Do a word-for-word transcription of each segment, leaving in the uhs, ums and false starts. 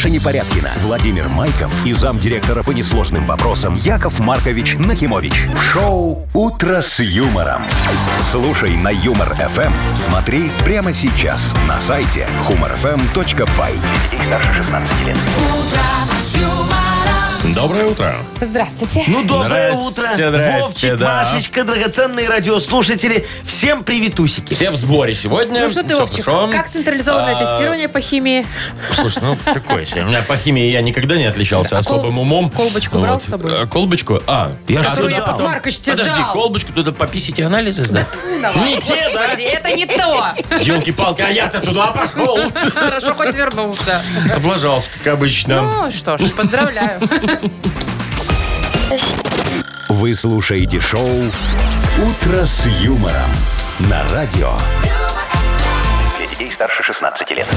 Маша Непорядкина, Владимир Майков и замдиректора по несложным вопросам Яков Маркович Нахимович. В шоу «Утро с юмором». Слушай на Юмор-ФМ. Смотри прямо сейчас на сайте humor f m точка by. Для детей старше шестнадцати лет. Доброе утро. Здравствуйте. Ну, доброе Здрасте, утро. здрасте, Вовчик, да. Машечка, драгоценные радиослушатели. Всем приветусики. Все в сборе сегодня. Ну что ты, Всё Вовчик, хорошо. как централизованное А, тестирование по химии? Слушай, ну такое себе. У меня по химии я никогда не отличался А особым кол- умом. колбочку брал с собой? А, Колбочку? А, Я а что Которую дал? Яков Маркович тебе Подожди, дал. колбочку туда пописить и анализы сдать? Не те, да? Господи, это не то. Елки-палки, а я-то туда пошел. Хорошо, хоть вернулся. Облажался, как обычно. Ну что ж, поздравляю. Вы слушаете шоу «Утро с юмором» на радио. Для детей старше шестнадцати лет.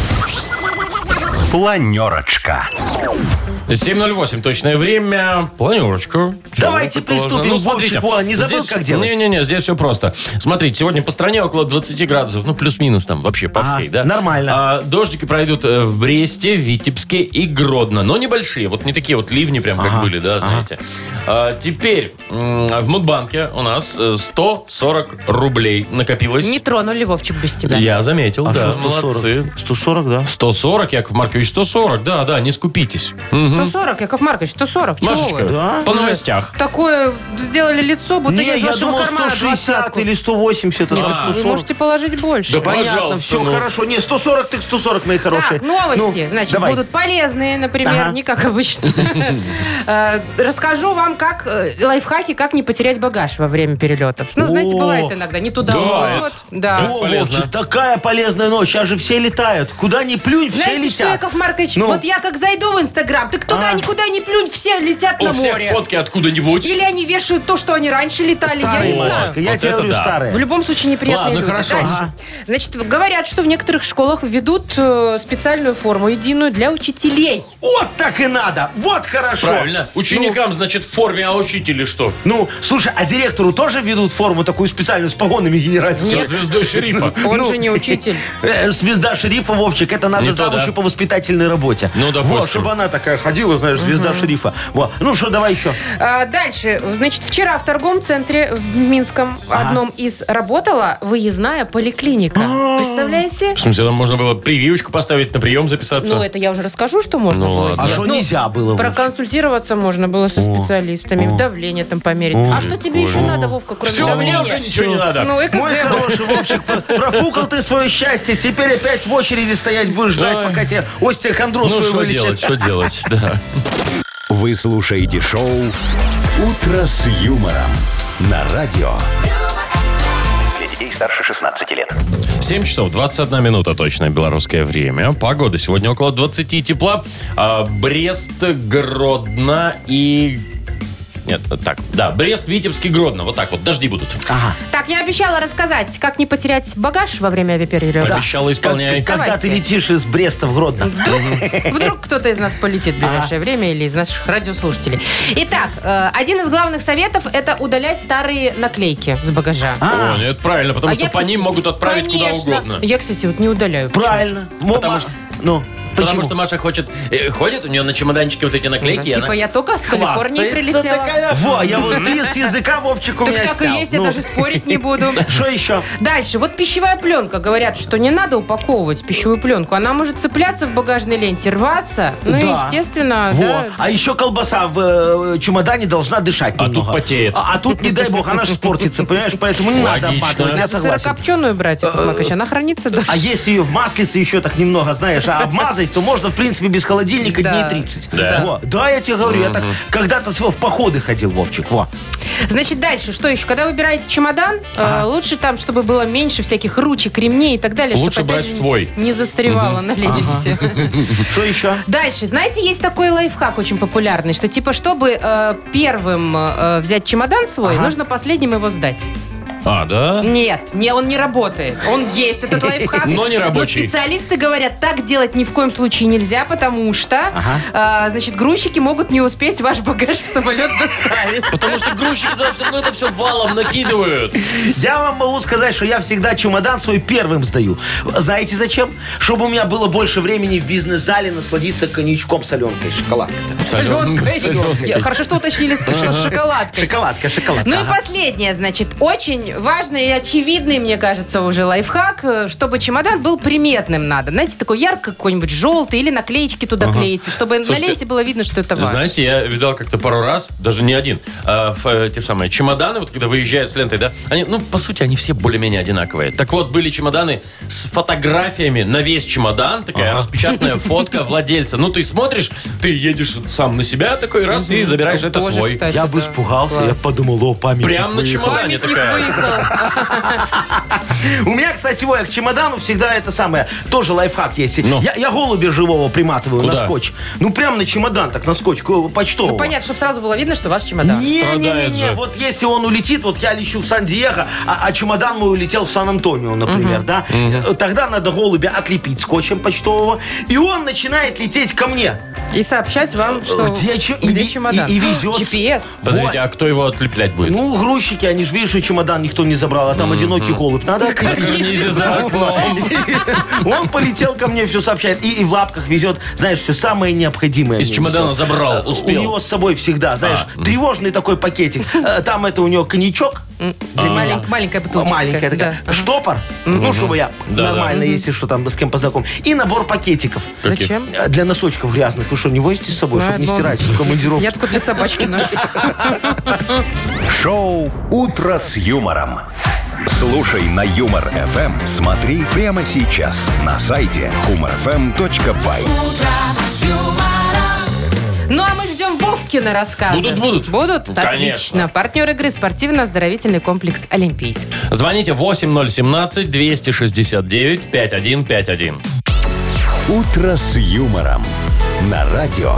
Планерочка. семь ноль восемь точное время. Планерочку. Давайте Чё, положено? приступим. Ну, смотрите, Вовчик, во, не забыл, здесь- как делать? Не-не-не, здесь все просто. Смотрите, сегодня по стране около двадцати градусов. Ну, плюс-минус там вообще по Ага, всей, да? нормально. А, дождики пройдут э, в Бресте, Витебске и Гродно. Но небольшие. Вот не такие вот ливни прям как были, да, знаете. А, теперь м, в Мудбанке у нас э, сто сорок рублей накопилось. Не тронули, Вовчик, без тебя. Я заметил, А да, что, сто сорок? молодцы. сто сорок, да? сто сорок, Яков Маркович, сто сорок, да, да, не скупитесь. Мгм. сто сорок, Яков Маркович, сто сорок. Чего Машечка, вы? Да? по новостях. Такое сделали лицо, будто Не, я из я вашего думал кармана сто шестьдесят двадцатку. или сто восемьдесят, а Нет, там вы сто сорок. можете положить больше. Да Понятно, пожалуйста, все ну. хорошо. Не, сто сорок, так сто сорок, мои хорошие. Так, новости, Ну, значит, давай. будут полезные, например, Ага. не как обычно. Э, Расскажу вам, как э, лайфхаки, как не потерять багаж во время перелетов. Ну, знаете, О, бывает иногда, не туда, бывает. вот. Да. Во, полезно. Вовчик, такая полезная ночь. Сейчас же все летают. Куда ни плюнь, все Знаете летят. что, Яков Маркович, Ну. вот я как зайду в Инстаграм, так туда А. никуда не плюнь, все летят У на всех море. фотки откуда-нибудь. Или они вешают то, что они раньше летали, я Старые, не знаю. Машечка, я Вот тебе это говорю, да. старые. В любом случае неприятные Ладно, люди. хорошо. Дальше. Ага. Значит, говорят, что в некоторых школах введут э, специальную форму единую для учителей. Вот так и надо. Вот хорошо. Правильно. Ученикам, значит, в форме, а учители что? Ну, слушай, а директору тоже ведут форму такую специальную с погонами генеральскими? Со звездой шерифа. Он Ну. же не учитель. Э, Звезда шерифа, Вовчик, это надо Не то, завучу да? по воспитательной работе. Ну, допустим. Вот, чтобы она такая ходила, знаешь, звезда шерифа. Вот. Ну что, давай еще. А, дальше. Значит, вчера в торговом центре в Минском одном из работала выездная поликлиника. Представляете? В смысле, там можно было прививочку поставить, на прием записаться? Ну, это я уже расскажу, что можно Ну, было ладно. А сделать. что Ну, нельзя было, Вовчик? проконсультироваться можно было со специалистами, давление там померить. А что тебе еще надо, Вовка, кроме Все, мне давления? уже ничего не надо. Ну, ЭКГ. Мой хороший Вовчик, про- профукал ты свое счастье. Теперь опять в очереди стоять будешь ждать, Ой. пока тебе остеохондроз Ну, твой что делать, вылечат. что делать, да. Вы слушаете шоу «Утро с юмором» на радио. Для детей старше шестнадцати лет. семь часов двадцать одна минута точное белорусское время. Погода сегодня около двадцати тепла. А, Брест, Гродно и... Нет, так, да, Брест, Витебск и Гродно. Вот так вот, дожди будут. Ага. Так, я обещала рассказать, как не потерять багаж во время авиаперелета. Обещала, Как- исполняй. когда Давайте. ты летишь из Бреста в Гродно. Вдруг, вдруг кто-то из нас полетит в ближайшее время или из наших радиослушателей. Итак, э, один из главных советов – это удалять старые наклейки с багажа. О, нет, правильно, потому А что я, по кстати, ним могут отправить куда конечно. угодно. Я, кстати, вот не удаляю. Правильно. Потому Мо- что- Ну, Потому почему? что Маша хочет... э, ходит, у нее на чемоданчике вот эти наклейки. и Типа она я только с Калифорнии хвастается прилетела. такая. Во, я вот ты с языка, Вовчик, у Так меня так и снял. есть, я Ну, даже спорить не буду. Что еще? Дальше. Вот пищевая пленка. Говорят, что не надо упаковывать пищевую пленку. Она может цепляться в багажной ленте, рваться. Ну и, Да. естественно, Во. да. А еще колбаса в э, чемодане должна дышать А немного. тут потеет. А, а тут, не дай бог, она же испортится, понимаешь? Поэтому не надо Логично. обматывать, я Надо согласен. сырокопченую брать, Яков Маркович, она хранится дольше. А если ее в маслице еще так немного, знаешь, а обмазать, то можно, в принципе, без холодильника Да. дней тридцать. Да. Во. Да, я тебе говорю, я так когда-то сво- в походы ходил, Вовчик. Во. Значит, дальше, что еще? Когда выбираете чемодан, э, лучше там, чтобы было меньше всяких ручек, ремней и так далее. Лучше чтобы, опять брать же, свой. Не застревало на ленте. Что еще? Дальше, знаете, есть такой лайфхак очень популярный, что типа, чтобы э, первым э, взять чемодан свой, Ага. нужно последним его сдать. А, да? Нет, не, он не работает. Он есть, этот лайфхак. Но не рабочий. Но специалисты говорят, так делать ни в коем случае нельзя, потому что, а, значит, грузчики могут не успеть ваш багаж в самолет доставить. Потому что грузчики туда все равно это все валом накидывают. Я вам могу сказать, что я всегда чемодан свой первым сдаю. Знаете зачем? Чтобы у меня было больше времени в бизнес-зале насладиться коньячком, соленкой, шоколадкой. Соленкой. Соленкой. Хорошо, что уточнили, что с шоколадкой. Шоколадка, шоколадка. Ну и ага. последнее, значит, очень важный и очевидный, мне кажется, уже лайфхак, чтобы чемодан был приметным надо. Знаете, такой ярко какой-нибудь желтый или наклеечки туда клеите, чтобы Слушайте, на ленте было видно, что это ваш. Знаете, я видал как-то пару раз, даже не один, а, в, э, те самые чемоданы, вот когда выезжают с лентой, да, они, ну, по сути, они все более-менее одинаковые. Так вот, были чемоданы с фотографиями на весь чемодан, такая ага. распечатанная фотка владельца. Ну, ты смотришь, ты едешь сам на себя такой раз и забираешь, это Тоже, твой. кстати, Я да. бы испугался, Класс. я подумал, о, памятник Прям на выехал. чемодане Памятник такая. выехал. У меня, кстати, Вовик, к чемодану всегда это самое, тоже лайфхак есть. Ну. Я, я голубя живого приматываю Куда? на скотч. Ну, прям на чемодан, так на скотч, к- почтового. Ну, понятно, чтобы сразу было видно, что ваш чемодан. Страдает Не-не-не, же. вот если он улетит, вот я лечу в Сан-Диего, а, а чемодан мой улетел в Сан-Антонио, например, да? Э, Тогда надо голубя отлепить скотчем почтового, и он начинает лететь ко мне. И сообщать вам, что Где че- и где ви- чемодан. и- и везет. джи пи эс. Подождите, а кто его отлеплять будет? Ну, грузчики, они же видят, что чемодан никто не забрал, а там одинокий голубь. Надо отлепить. Карнизе за окном. Он полетел ко мне, все сообщает. И, и в лапках везет, знаешь, все самое необходимое. Из мне чемодана везет. забрал, Э, успел. У него с собой всегда, знаешь, А, тревожный такой пакетик. Э, Там это у него коньячок. для меня. Малень- Маленькая бутылочка. Маленькая такая. Да. Штопор. Ну, чтобы я Да, нормально, если что там, с кем познаком. И набор пакетиков. Зачем? Э, Для носочков грязных. Вы что, не возите с собой, Да, чтобы не ну, стирать в командировку? Я только для собачки ношу. Шоу «Утро с юмором». Слушай на Юмор эф эм. Смотри прямо сейчас на сайте humor f m точка by. Ну, а мы ждем Вовкина рассказы. Будут, будут. Будут? Конечно. Отлично. Партнер игры спортивно-оздоровительный комплекс «Олимпийский». Звоните восемь ноль семнадцать двести шестьдесят девять пятьдесят один пятьдесят один. «Утро с юмором» на радио.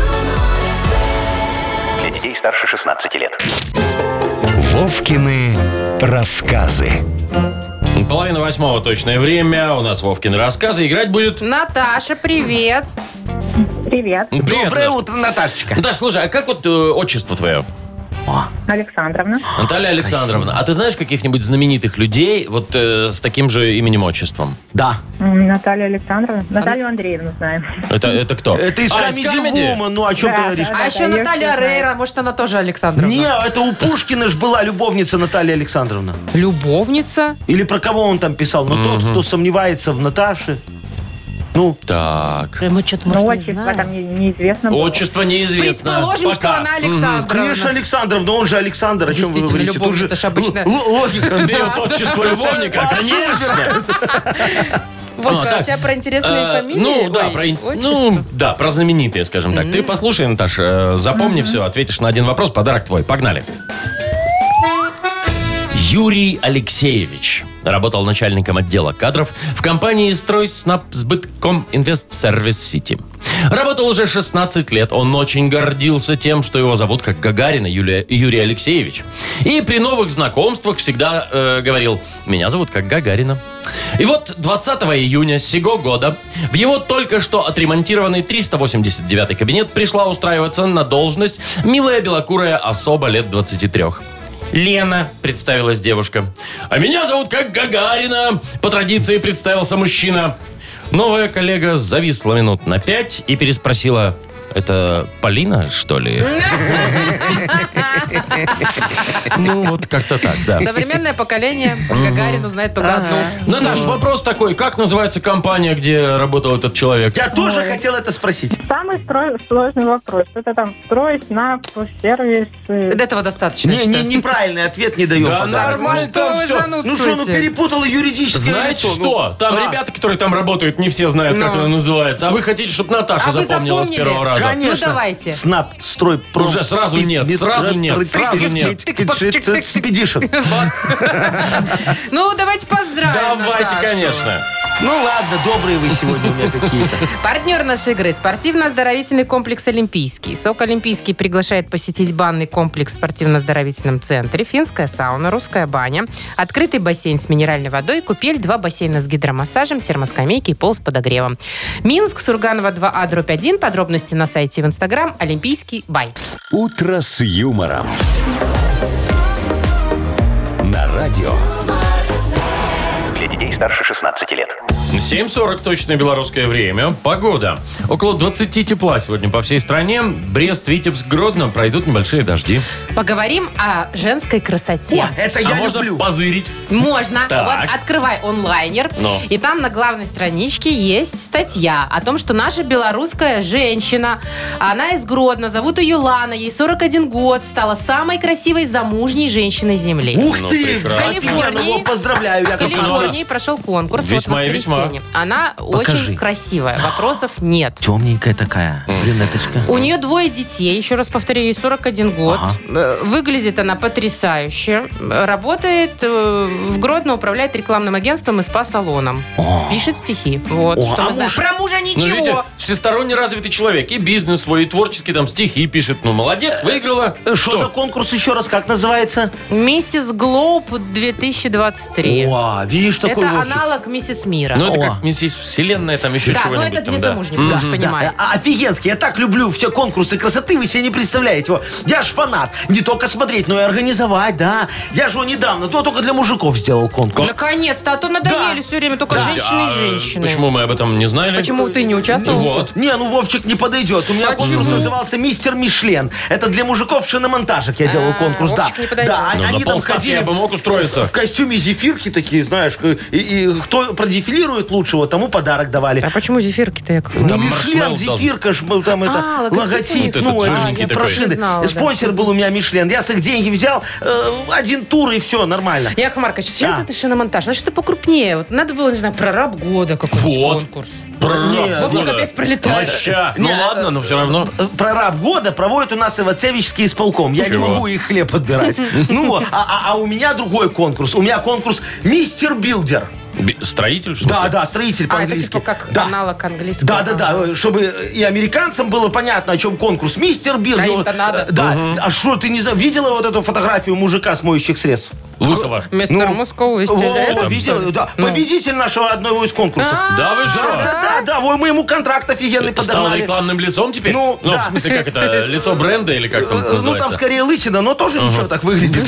Для детей старше шестнадцати лет. Вовкины рассказы. Половина восьмого точное время. У нас Вовкины рассказы. Играть будет... Наташа, привет. Привет, Привет, Доброе Наташ. утро, Наташечка. Наташ, слушай, а как вот э, отчество твое? Александровна. Наталья Александровна. А ты знаешь каких-нибудь знаменитых людей вот э, с таким же именем-отчеством? Да. М, Наталья Александровна. Наталью Андреевну знаем. Это, это кто? Это из А, Comedy Comedy? Woman. Ну, о чем Да, ты говоришь? да, А да, еще я Наталья всё знаю. Рейра. Может, она тоже Александровна? Не, это у Пушкина ж была любовница Наталья Александровна. Любовница? Или про кого он там писал? Но тот, кто сомневается в Наташе. Ну, Так. Мы что-то, Но может, не отчество знаем. там не- неизвестно было. Отчество неизвестно. Предположим, Пока. что она Александровна. конечно, Александровна, он же Александр. О чем вы Действительно, говорите? Тут любовница ж обычно. л- л- логика. Берет отчество любовника, конечно. Вовка, А, а так. у тебя про интересные Э, фамилии? Ну, да, Ой, про, отчество? ну, да, про знаменитые, скажем так. Ты послушай, Наташ, э, запомни все, ответишь на один вопрос, подарок твой. Погнали. Юрий Алексеевич работал начальником отдела кадров в компании «Стройснабсбытком Инвестсервис Сити». Работал уже шестнадцать лет. Он очень гордился тем, что его зовут как Гагарина Юлия, Юрий Алексеевич. И при новых знакомствах всегда э, говорил: «Меня зовут как Гагарина». И вот двадцатого июня сего года в его только что отремонтированный триста восемьдесят девятый кабинет пришла устраиваться на должность милая белокурая особа лет двадцати трёх. «Лена», — представилась девушка. «А меня зовут как Гагарина», — по традиции представился мужчина. Новая коллега зависла минут на пять и переспросила: «Это Полина, что ли?» Ну, вот как-то так, да. Современное поколение Гагарину знает только одну. Наташ, вопрос такой: как называется компания, где работал этот человек? Я тоже хотел это спросить. Самый строй- сложный вопрос. Это там строить на сервис. э, До этого достаточно, Не, я не, считаю. неправильный ответ не даем Да подарок. нормально. Что вы там всё. Ну что, ну занудствуете? перепутала юридическое Знаете лицо. ну. что? Там А, ребята, которые там работают, не все знают, как Ну. она называется. А вы хотите, чтобы Наташа А вы запомнила с запомнили? первого раза? Конечно. Ну, давайте. Снап, строй, пром, Уже сразу спид, нет, мет- сразу нет, тр- сразу тр- нет. тр- тр- тр- Спидишн. Вот. Ну, давайте поздравим Давайте, Наташу. конечно. Ну ладно, добрые вы сегодня у меня какие-то. Партнер нашей игры – спортивно-оздоровительный комплекс «Олимпийский». СОК «Олимпийский» приглашает посетить банный комплекс в спортивно-оздоровительном центре, финская сауна, русская баня, открытый бассейн с минеральной водой, купель, два бассейна с гидромассажем, термоскамейки и пол с подогревом. Минск, Сурганова два А, дробь один. Подробности на сайте и в Инстаграм «Олимпийский бай». «Утро с юмором». На радио. Для детей старше шестнадцати лет. семь сорок точное белорусское время. Погода. Около двадцать тепла сегодня по всей стране. Брест, Витебск, Гродно пройдут небольшие дожди. Поговорим о женской красоте. О, это а я можно люблю. позырить? Можно. Так. Вот открывай онлайнер, Ну. и там на главной страничке есть статья о том, что наша белорусская женщина, она из Гродно, зовут ее Лана, ей сорок один год, стала самой красивой замужней женщиной Земли. Ух Ну, ты! прекрасно. Офигенно, его поздравляю, В Яков Маркович. Калифорнии прошел конкурс Весьма вот и в весьма. воскресенье. Она Покажи. очень красивая, вопросов нет. Темненькая такая, брюнеточка. У нее двое детей, еще раз повторяю, ей сорок один год. Ага. Э, Выглядит она потрясающе. Э, Работает э, в Гродно, управляет рекламным агентством и спа-салоном. О. Пишет стихи. Вот, О, что а мы знаем. муж- Про мужа Ну, ничего. видите, всесторонне развитый человек. И бизнес свой, и творческий там стихи пишет. Ну, молодец, выиграла. Э, Что за конкурс еще раз, как называется? Миссис Глоуб две тысячи двадцать три. О, видишь, такой Это Вовчик. аналог Миссис Мира. Ну, это О. как миссис Вселенная, там еще да, но чего-нибудь. это там, для да. замужних, да, понимаю. Да, а- офигенский. Я так люблю все конкурсы красоты, вы себе не представляете. Во, я ж фанат. Не только смотреть, но и организовать, да. Я же его недавно, то только для мужиков сделал конкурс. Наконец-то, а то надоели Да. все время только Да. женщины А, и женщины. Почему мы об этом не знали? Почему ты не участвовал? Вот. Не, ну Вовчик не подойдет. У меня Почему? конкурс назывался «Мистер Мишлен». Это для мужиков шиномонтажек я делал А, конкурс, да. Вовчик не подойдет. Да, Ну, они на там полставки ходили я бы мог устроиться. в костюме зефирки такие, знаешь, и, и кто продефилирует лучшего, тому подарок давали. А почему зефирки-то, Яков Ну, Там Мишлен, маршмеллоу зефирка, ж, был там это, А, логотип. логотип, Вот ну, этот это жирненький ж такой. прошины. Не знала, да. Спонсор был у меня Мишлен. Я с их деньги взял, э, один тур и все, нормально. Яков Маркович, зачем Да. ты шиномонтаж? Ну что покрупнее. Вот надо было, не знаю, прораб года какой-нибудь Вот. конкурс. Не, Вовчик года. опять пролетает. Моща. Ну Не, ладно, но все равно. Э, Прораб года проводит у нас Ивацевичский исполком. Я Чего? не могу их хлеб отбирать. Ну вот, а, а- а у меня другой конкурс. У меня конкурс «Мистер Билдер». Би- Строитель, в смысле? Да, да, строитель А, это по-английски. типа как Да. аналог английского. Да, да, да, чтобы и американцам было понятно, о чем конкурс. Мистер Билдер. А им-то Вот, надо. э, Да. А что, ты не за- видела вот эту фотографию мужика с моющих средств? Лысого. Мистер Ну, Мускулыси, Во, да, это видела? что ли? Да. Ну. Победитель нашего одного из конкурсов. А, Да вы Да, что? да, да, да, вот мы ему контракт офигенный Стал подогнали. рекламным лицом теперь? Ну, Ну, да. в смысле, как это, лицо бренда или как там это Э, Ну, называется? там скорее лысина, но тоже ничего так выглядит.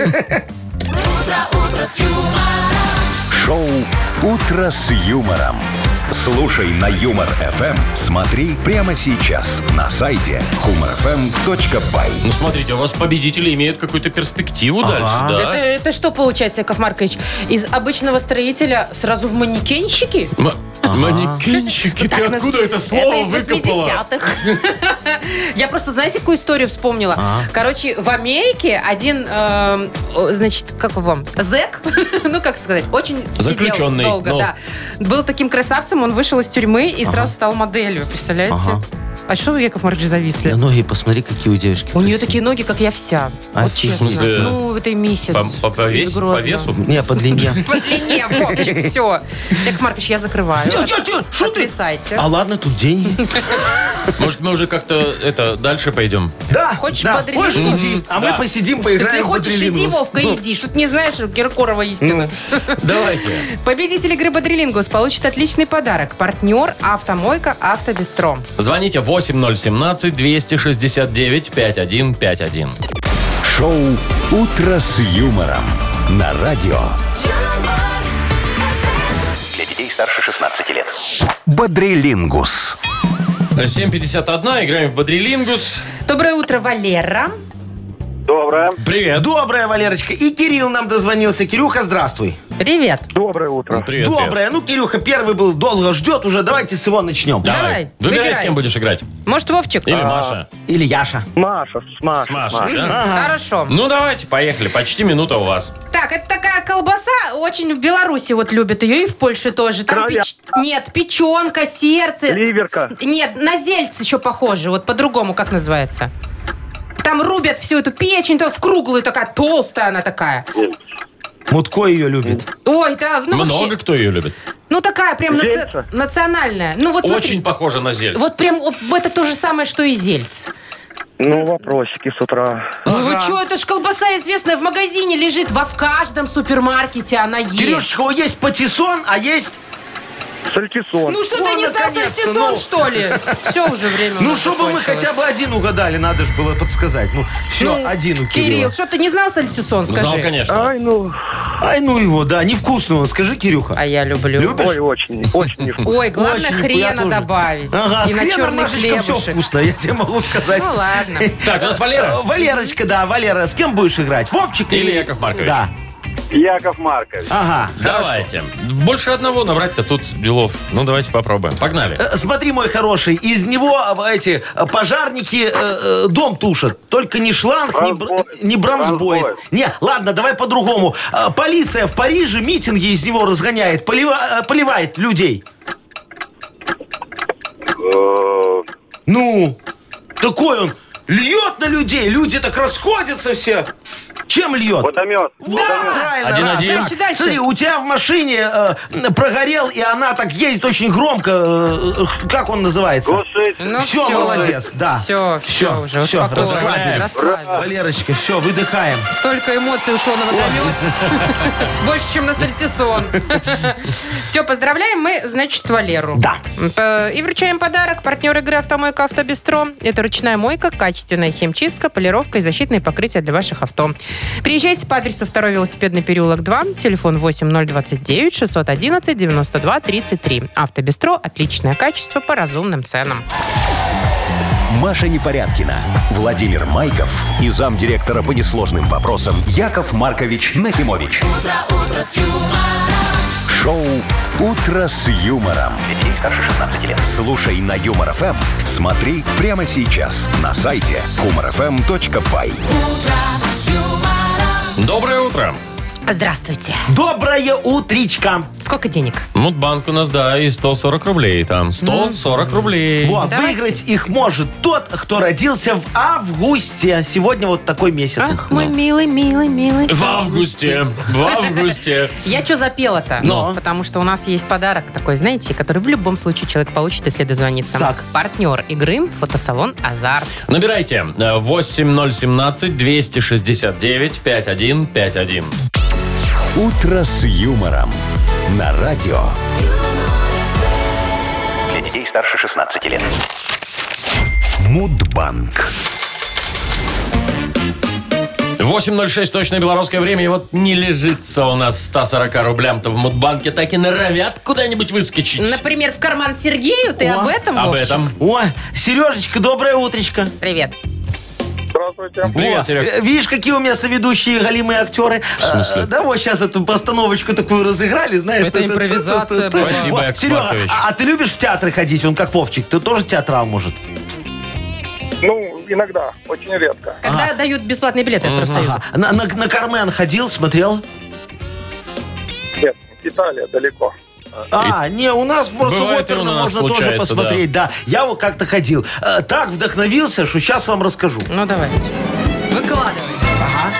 Шоу «Утро с юмором». Слушай на Юмор ФМ. Смотри прямо сейчас на сайте humor f m точка by. Ну, смотрите, у вас победители имеют какую-то перспективу Ага. дальше, Это, да? это что получается, Яков Маркович? Из обычного строителя сразу в манекенщики? М- Манекенщики, ты Так, откуда нас- это слово из выкопала? восьмидесятых. Я просто, знаете, какую историю вспомнила? Короче, в Америке один, эм, о, значит, как его, зэк, ну, как сказать, очень сидел Заключенный, долго, ну. да. Был таким красавцем, он вышел из тюрьмы и сразу стал моделью, представляете? Ага. А что вы, Яков Маркович, зависли? Ноги посмотри, какие у девушки. У нее красивые. такие ноги, как я вся. Вот Офигеть. честно. В смысле? Ну, этой миссис. По, по, вес- из по Гродно. весу? Не, по длине. По длине, Вовчик, все. Яков Маркович, я закрываю. Нет, нет, нет, что ты? Потрясайте. А ладно, тут деньги. Может, мы уже как-то это дальше пойдем? Да, Хочешь да. бодрилингус? Хочешь, иди, а мы Да. посидим, поиграем Если в хочешь, иди, бодрилингус. Вовка, Ну, иди. Что ты не знаешь Киркорова истины. Давайте. Победитель игры «Бодрилингус» получит отличный подарок. Партнер «Автомойка Автобестро». Звоните восемь ноль семнадцать двести шестьдесят девять пятьдесят один пятьдесят один. Шоу «Утро с юмором» на радио. Для детей старше шестнадцати лет. Бодрилингус. семь пятьдесят один, играем в Бодрилингус. Доброе утро, Валера. Доброе. Привет. Доброе, Валерочка. И Кирилл нам дозвонился. Кирюха, здравствуй. Привет. Доброе утро. Привет, привет. Доброе. Ну, Кирюха первый был, долго ждет уже. Давайте с его начнем. Давай. Давай, Выбирай, выбирай. с кем будешь играть. Может, Вовчик? Или Маша. Или Яша. Маша, с Машей. С Машей, да? Хорошо. Ну, давайте, поехали. Почти минута у вас. Так, это такая колбаса, очень в Беларуси вот любят ее, и в Польше тоже. Там Кровя- печ- Нет, печенка, сердце. Ливерка. Нет, на зельц еще похоже. Вот по-другому, как называется? Там рубят всю эту печень, то в круглую такая, толстая она такая. Мутко ее любит. Ой, да, ну Много вообще, кто ее любит. ну Ну, такая прям наци- Зельца? национальная. Ну, вот смотри. Очень похоже на зельц. Вот прям вот это то же самое, что и зельц. Ну, вопросики с утра. Ну вы что, это ж колбаса известная, в магазине лежит, во в каждом супермаркете она есть. Кирюшечка, вот есть патиссон, а есть... Сальтисон. Ну что, О, ты не знал наконец-то, сальтисон, ну. что ли? Все уже время у Ну, нас чтобы мы закончилось. хотя бы один угадали, надо же было подсказать. Ну, все, Ну, один у Кирилла. Кирилл, что, ты не знал сальтисон, скажи? Знал, конечно. Ай, ну, Ай, ну его, да, невкусный он, скажи, Кирюха. А я люблю. Любишь? ой, очень, очень невкусно. Ой, главное Очень вкусно, я хрена тоже. добавить. Ага, И с на хреном, черный Машечка, все хлебушек. вкусно, я тебе могу сказать. Ну ладно. Так, у нас Валера. Э, Валерочка, да, Валера, с кем будешь играть? Вовчик Или Яков Маркович? Да. Яков Маркович. Ага, Давайте. Больше одного набрать-то тут делов. Ну, давайте попробуем. Погнали. Э, Смотри, мой хороший, из него э, эти э, пожарники э, э, дом тушат. Только не шланг, не, бр- Бронзбойт. не бронзбойт. Бронзбойт. Не, ладно, давай по-другому. Э, Полиция в Париже митинги из него разгоняет, полива- э, поливает людей. Э, Ну, такой он льет на людей, люди так расходятся все. Чем льет? Водомет. Да, Водомет. правильно. Один-один. раз. Дальше, дальше. Смотри, у тебя в машине э, прогорел, и она так едет очень громко. э, э, как он называется? Глушитель. Ну, Все, молодец, да. Все, все уже, всё, успокоились, расслабились. расслабились. Валерочка, все, выдыхаем. Столько эмоций ушло на водомет. Больше, чем на сальтисон. Все, поздравляем мы, значит, Валеру. Да. П- И вручаем подарок. Партнер игры «Автомойка Автобестро». Это ручная мойка, качественная химчистка, полировка и защитные покрытия для ваших авто. Приезжайте по адресу второй велосипедный переулок два, телефон восемь ноль двадцать девять шестьсот одиннадцать девяносто два тридцать три. «Автобестро» – отличное качество по разумным ценам. Маша Непорядкина, Владимир Майков и замдиректора по несложным вопросам Яков Маркович Нахимович. Шоу «Утро с юмором». Для детей старше шестнадцати лет. Слушай на Юмор ФМ, смотри прямо сейчас на сайте humor f m точка by. Доброе утро. Здравствуйте. Доброе утречко. Сколько денег? Мудбанк у нас, да, и сто сорок рублей там. сто сорок рублей. Вот, Давайте. выиграть их может тот, кто родился в августе. Сегодня вот такой месяц. Ах, мой милый, милый, милый. В августе. В августе. Я что запела-то? Но. Потому что у нас есть подарок такой, знаете, который в любом случае человек получит, если дозвонится. Так. Партнер игры – фотосалон «Азарт». Набирайте восемь ноль семнадцать двести шестьдесят девять пятьдесят один пятьдесят один. «Утро с юмором» на радио. Для детей старше шестнадцати лет. Мудбанк. восемь ноль шесть точное белорусское время. И вот не лежится у нас сто сорок рублям-то в Мудбанке. Так и норовят куда-нибудь выскочить. Например, в карман Сергею? Ты О, об этом, Об Вовчик? этом. Ой, Сережечка, доброе утречко. Привет. Здравствуйте. Привет, О, Серег. э, видишь, какие у меня соведущие голимые актеры. В смысле? да вот сейчас эту постановочку такую разыграли, знаешь. Это та-та-та-та-та-та. импровизация была. Спасибо, Вот, Яков Серега, Маркович. а, а ты любишь в театры ходить? Он как Вовчик, ты тоже театрал, может? Ну, иногда, очень редко. Когда дают бесплатные билеты от профсоюза? Ага. На, на, на Кармен ходил, смотрел? Нет, Италия далеко. А, не, у нас просто в Бывает и у оперном нас можно тоже случается, посмотреть, да. Я вот как-то ходил. Э, Так вдохновился, что сейчас вам расскажу. Ну, давайте. Выкладывай. Ага.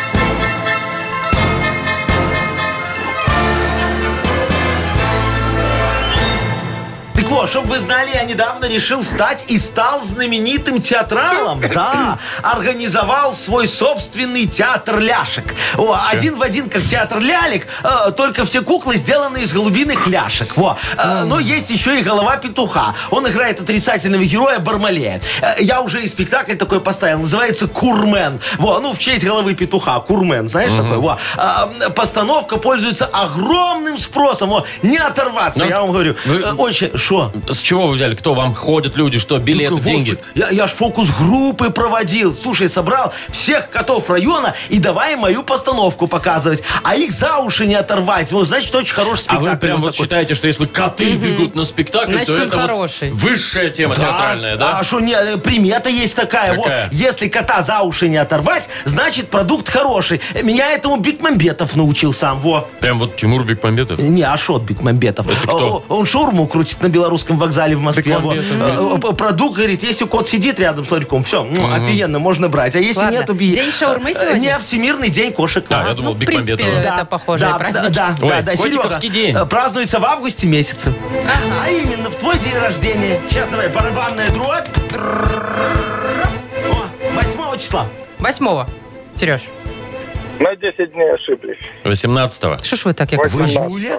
Так вот, чтобы вы знали, я недавно решил стать и стал знаменитым театралом. Да, организовал свой собственный театр ляшек. О, один в один, как театр лялек, э, только все куклы сделаны из голубиных ляшек. Во. Э, но есть еще и голова петуха. Он играет отрицательного героя Бармалея. Э, я уже и спектакль такой поставил, называется «Курмен». Во, ну, в честь головы петуха. Курмен, знаешь такой? Во. Э, постановка пользуется огромным спросом. Во. Не оторваться, Ну, я вам говорю. вы- Э, очень... Что? С чего вы взяли? Кто вам ходят люди? Что, билеты, Только, деньги? Вовчик, Я, я ж фокус-группы проводил. Слушай, собрал всех котов района и давай мою постановку показывать. А их за уши не оторвать. Вот, значит, очень хороший А спектакль. вы прям вот такой. считаете, что если коты бегут на спектакль, Значит, то он это вот хороший. высшая тема театральная, да? А что, не, э, примета есть такая. Какая? Вот, если кота за уши не оторвать, значит, продукт хороший. Меня этому Бекмамбетов научил сам. Во. Прям вот Тимур Бекмамбетов. Не, Ашот Бекмамбетов. Это кто? О, Он шаурму крутит на белорусском Петропавловском вокзале в Москве. Так вам во. это, Э, э, Продукт, говорит, если кот сидит рядом с ларьком, все, офигенно, можно брать. А если Ладно. нет, убей. День шаурмы сегодня? Не, Всемирный день кошек. Да, я думал, Ну, в Бекмамбетова. принципе, это похожие да, праздники. Да, да, Ой, да, да, котиковский Серега, день. э, празднуется в августе месяце. А именно в твой день рождения. Сейчас давай, барабанная дробь. О, восьмого числа. Восьмого. Сереж, На десять дней ошиблись. восемнадцатого. что ж вы так, Яков В Маркович? июле?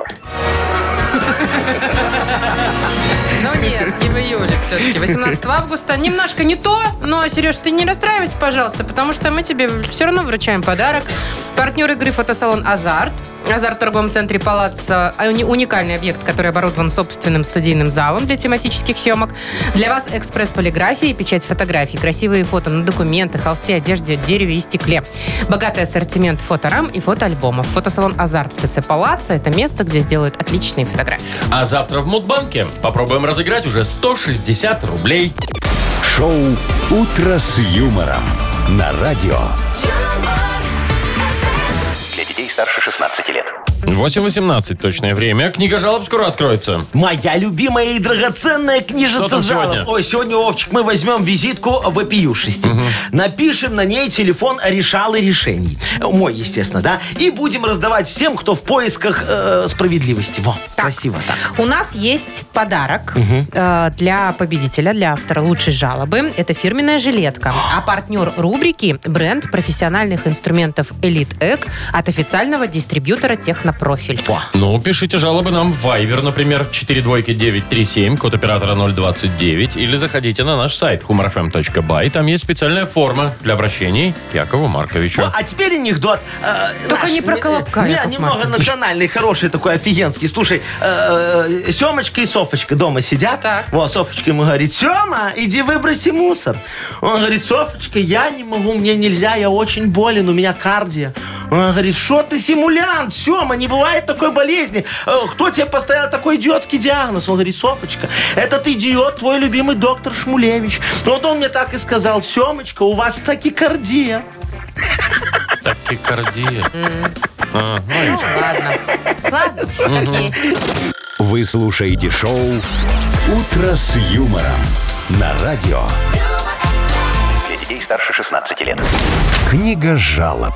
Ну нет, не в июле все-таки. восемнадцатого августа. Немножко не то, но, Сереж, ты не расстраивайся, пожалуйста, потому что мы тебе все равно вручаем подарок. Партнер игры фотосалон «Азарт». «Азарт» в торговом центре «Палаццо» – уникальный объект, который оборудован собственным студийным залом для тематических съемок. Для вас экспресс-полиграфия и печать фотографий. Красивые фото на документы, холсте, одежде, дереве и стекле. Богатый ассортимент фоторам и фотоальбомов. Фотосалон «Азарт» в ТЦ «Палаццо» – это место, где сделают отличные фотографии. А завтра в Мудбанке попробуем разыграть уже сто шестьдесят рублей. Шоу «Утро с юмором» на радио. Для детей старше шестнадцати лет. восемь восемнадцать точное время. Книга жалоб скоро откроется. Моя любимая и драгоценная Что книжица там жалоб. сегодня? Ой, сегодня, Вовчик, мы возьмем визитку вопиюшести. Напишем на ней телефон решал и решений. Мой, естественно, да. И будем раздавать всем, кто в поисках э, справедливости. Во, красиво так. У нас есть подарок э, для победителя, для автора лучшей жалобы. Это фирменная жилетка. А партнер рубрики – бренд профессиональных инструментов Elite Egg от официального дистрибьютора Технопрофиль. Ну, пишите жалобы нам в Viber, например, четыре двойки девять три семь, код оператора ноль двадцать девять, или заходите на наш сайт humor f m точка by. Там есть специальная форма для обращений к Якову Марковичу. Во, а теперь анекдот. э, Только наш, не про э, Колобка, Не, Яков немного Маркович. национальный, хороший такой, офигенский. Слушай, э, э, Семочка и Софочка дома сидят. Так. Вот, Софочка ему говорит: Сема, иди выброси мусор. Он говорит: Софочка, я не могу, мне нельзя, я очень болен, у меня кардия. Он говорит: что ты симулянт, Сема, не бывает такой болезни. Э, Кто тебе поставил такой идиотский диагноз? Он говорит: Софочка, этот идиот твой любимый доктор Шмулевич. Вот он мне так и сказал: Семочка, у вас тахикардия. Тахикардия. А, ну, и Ладно. Ладно, что как есть. Вы слушаете шоу «Утро с юмором» на радио. Для детей старше шестнадцати лет. Книга жалоб.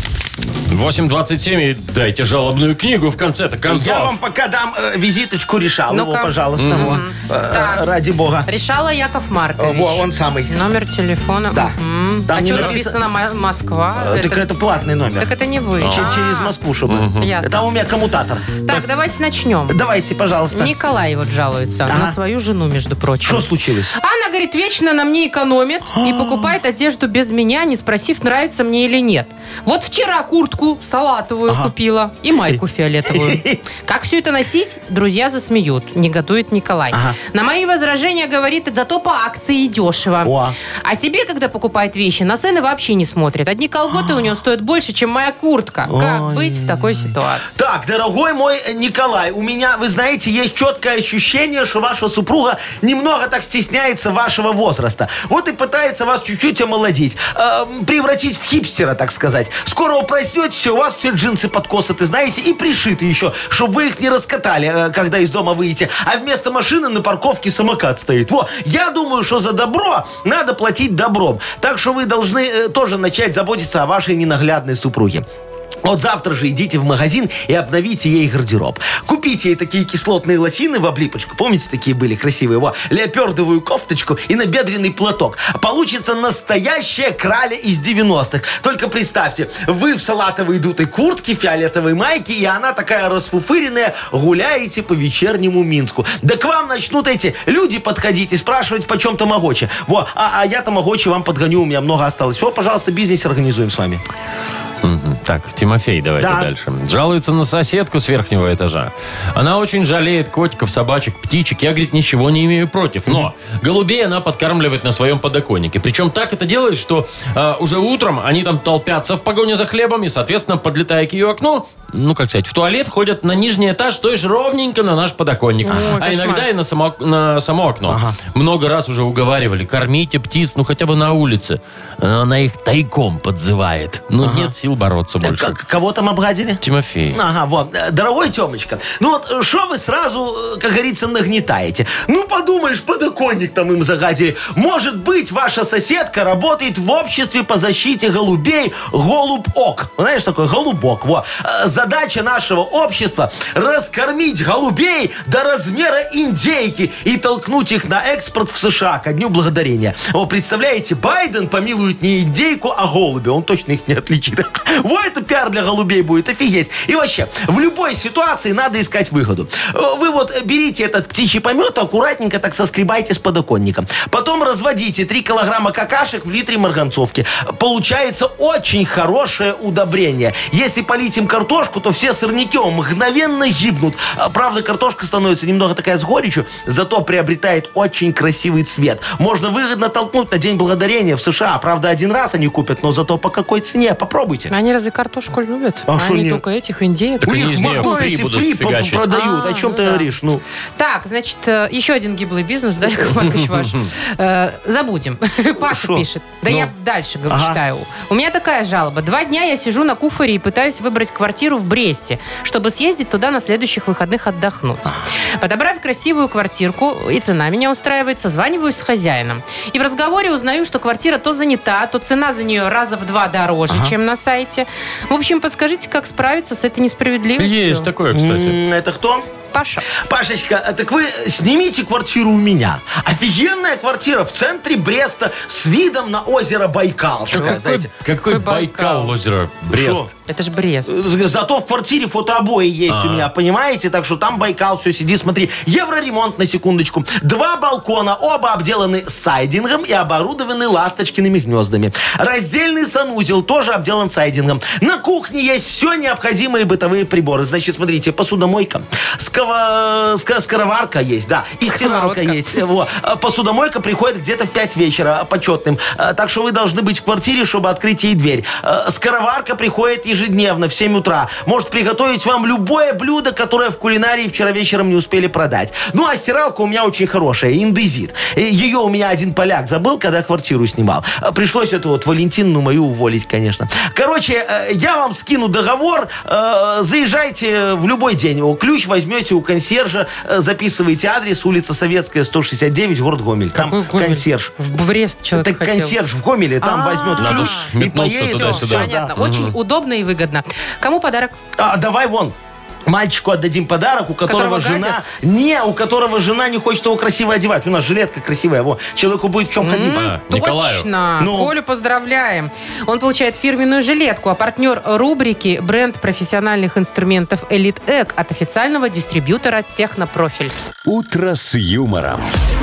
восемь двадцать семь, и дайте жалобную книгу в конце-то концов. Я вам пока дам э, визиточку решал его, Ну-ка. пожалуйста, во. Э, Так. ради бога. Решала Яков Маркович. Во, он самый. Номер телефона. Да. Мгм. Там А не что написано- написано Мо- Москва? Э, Так это платный номер. Так это не вы. Че- А, Через Москву, чтобы. Ясно. Там у меня коммутатор. Так, давайте начнем. Давайте, пожалуйста. Николай вот жалуется Ага. на свою жену, между прочим. Что случилось? Она, говорит, вечно на мне экономит и покупает одежду без меня, не спросив, нравится мне или нет. Вот вчера куртку салатовую купила и майку фиолетовую. Как все это носить, друзья засмеют. Негодует Николай. Ага. На мои возражения говорит, зато по акции и дешево. О. А себе, когда покупает вещи, на цены вообще не смотрит. Одни колготы у нее стоят больше, чем моя куртка. Как Ой. быть в такой ситуации? Так, дорогой мой э, Николай, у меня, вы знаете, есть четкое ощущение, что ваша супруга немного так стесняется вашего возраста. Вот и пытается вас чуть-чуть омолодить. э, превратить в хипстера, так сказать. Скоро вы проснетесь, у вас все джинсы подкосаты, знаете, и пришиты еще, чтобы вы их не раскатали, э, когда из дома выйдете. А вместо машины на парковке самокат стоит. Во, я думаю, что за добро надо платить добром. Так что вы должны э, тоже начать заботиться о вашей ненаглядной супруге. Вот завтра же идите в магазин и обновите ей гардероб. Купите ей такие кислотные лосины в облипочку. Помните, такие были красивые? Во, леопардовую кофточку и набедренный платок. Получится настоящая краля из девяностых. Только представьте, вы в салатовой дутой куртке, фиолетовой майке, и она такая расфуфыренная, гуляете по вечернему Минску. Да к вам начнут эти люди подходить и спрашивать, почем тамагочи. Во, а, а я тамагочи вам подгоню, у меня много осталось. Все, пожалуйста, бизнес организуем с вами. Мгм. Так, Тимофей, давайте Да. дальше. Жалуется на соседку с верхнего этажа. Она очень жалеет котиков, собачек, птичек. Я, говорит, ничего не имею против. Но голубей она подкармливает на своем подоконнике. Причем так это делает, что э, уже утром они там толпятся в погоне за хлебом и, соответственно, подлетая к ее окну, ну, как сказать, в туалет ходят на нижний этаж, то есть ровненько на наш подоконник. Ой, а кошмар. иногда и на само, на само окно. Много раз уже уговаривали, кормите птиц, ну, хотя бы на улице. Но она их тайком подзывает. Ну, нет сил бороться больше. К- Кого там обгадили? Тимофей. Ага, вот. Э, Дорогой Темочка, ну вот что вы сразу, э, как говорится, нагнетаете? Ну, подумаешь, подоконник там им загадили. Может быть, ваша соседка работает в обществе по защите голубей «Голуб-ок». Знаешь, такой голубок. Во. Э, Задача нашего общества – раскормить голубей до размера индейки и толкнуть их на экспорт в США ко Дню Благодарения. О, представляете, Байден помилует не индейку, а голубя. Он точно их не отличит. Вот это пиар для голубей будет. Офигеть. И вообще, в любой ситуации надо искать выгоду. Вы вот берите этот птичий помет, аккуратненько так соскребайте с подоконника. Потом разводите три килограмма какашек в литре марганцовки. Получается очень хорошее удобрение. Если полить им картошку, то все сорняки мгновенно гибнут. Правда, картошка становится немного такая с горечью, зато приобретает очень красивый цвет. Можно выгодно толкнуть на День Благодарения в США. Правда, один раз они купят, но зато по какой цене? Попробуйте. Они разве картошку любят? А шо Они нет? только этих индеек. Так У они них из нее в фри фри будут фри по- фигачить. продают. А, О чем ну ты да. говоришь? Ну, Так, значит, э, еще один гиблый бизнес, да, Яков Маркович ваш? Э, Забудем. Паша Шо? пишет. Да Ну. я дальше говорю, Ага. читаю. У меня такая жалоба. Два дня я сижу на куфоре и пытаюсь выбрать квартиру в Бресте, чтобы съездить туда на следующих выходных отдохнуть. Подобрав красивую квартирку, и цена меня устраивает, созваниваюсь с хозяином. И в разговоре узнаю, что квартира то занята, то цена за нее раза в два дороже, чем на сайте. В общем, подскажите, как справиться с этой несправедливостью? Есть такое, кстати. м, это кто? Паша. Пашечка, а так вы снимите квартиру у меня. Офигенная квартира в центре Бреста с видом на озеро Байкал. Что, Такая, какой, знаете. какой Какой Байкал, Байкал? озеро Брест? Шо? Это же Брест. Зато в квартире фотообои есть А. у меня, понимаете? Так что там Байкал, все, сиди, смотри. Евроремонт, на секундочку. Два балкона, оба обделаны сайдингом и оборудованы ласточкиными гнездами. Раздельный санузел тоже обделан сайдингом. На кухне есть все необходимые бытовые приборы. Значит, смотрите, посудомойка, скова- ска- скороварка есть, да, и стиралка Сковородка. есть. Вот. А Посудомойка приходит где-то в пять вечера, почетным. А, Так что вы должны быть в квартире, чтобы открыть ей дверь. А, Скороварка приходит ежедневно в семь утра. Может приготовить вам любое блюдо, которое в кулинарии вчера вечером не успели продать. Ну, а стиралка у меня очень хорошая, индезит. И Ее у меня один поляк забыл, когда квартиру снимал. А, Пришлось эту вот Валентину мою уволить, конечно. Короче, э, я вам скину договор. э, Заезжайте в любой день. О, Ключ возьмете у консьержа, э, записывайте адрес, улица Советская, сто шестьдесят девять, город Гомель. Там Какой Гомель? консьерж. В Брест человек Так хотел. консьерж в Гомеле там А, возьмет Надо ключ ж и метнуться поедет. туда-сюда. Всё, Понятно. да. Очень удобно и выгодно. Кому подарок? А, давай вон. Мальчику отдадим подарок, у которого, Которого жена... гадят? Не, у которого жена не хочет его красиво одевать. У нас жилетка красивая. Во, человеку будет в чем ходить. А, Николаю. Точно. Ну. Колю поздравляем. Он получает фирменную жилетку, а партнер рубрики – бренд профессиональных инструментов Elite Egg от официального дистрибьютора Технопрофиль. «Утро с юмором».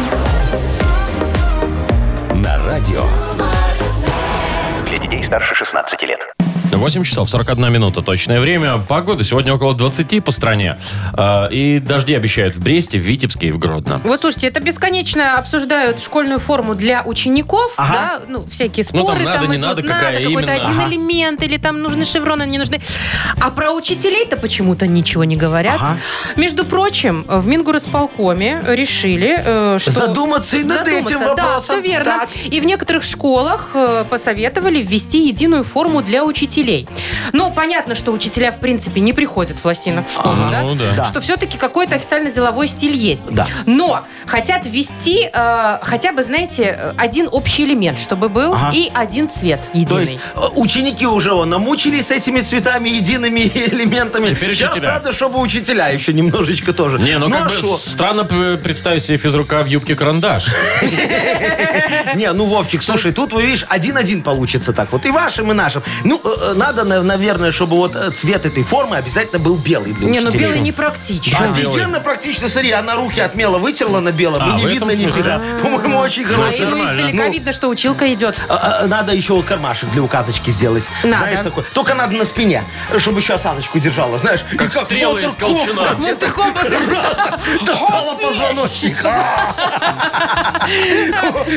На радио. Для детей старше шестнадцати лет. восемь часов сорок одна минута точное время. Погода сегодня около двадцати по стране. А, И дожди обещают в Бресте, в Витебске и в Гродно. Вот, слушайте, это бесконечно обсуждают школьную форму для учеников, Ага. да, ну, всякие Ну, споры там надо, не идут, надо, какая какой-то именно. один Ага. элемент, или там нужны шевроны, не нужны. А про учителей-то почему-то ничего не говорят. Ага. Между прочим, в Мингорисполкоме решили, э, что... Задуматься и над этим Задуматься, да, вопросом. все верно. Так. И в некоторых школах э, посоветовали ввести единую форму для учителей. Ну, понятно, что учителя, в принципе, не приходят в лосинах в школу, А, да? ну да. Да. Что все-таки какой-то официально-деловой стиль есть. Да. Но хотят ввести э, хотя бы, знаете, один общий элемент, чтобы был Ага. и один цвет единый. То есть э, ученики уже о, намучились с этими цветами, едиными элементами. Теперь Сейчас учителя. надо, чтобы учителя еще немножечко тоже. Не, ну, ну как а бы шо? странно п- представить себе физрука в юбке карандаш. Не, ну, Вовчик, слушай, тут, вы видишь, один-один получится так вот. И вашим, и нашим. Ну, э, э, надо, на- наверное, чтобы вот э, цвет этой формы обязательно был белый для Не, ну учителей. белый не практично. Офигенно практично, смотри, она руки отмела, вытерла на белом, А, и не в видно этом ни смысле? фига. По-моему, очень А хороший. ему нормально. издалека Ну. видно, что училка идет. А, а, Надо еще кармашек для указочки сделать. Надо. Знаешь, такой. Только надо на спине, чтобы еще осаночку держала, знаешь. И Как стрелы из моторком, колчана. как тебе так достала позвоночник. Это в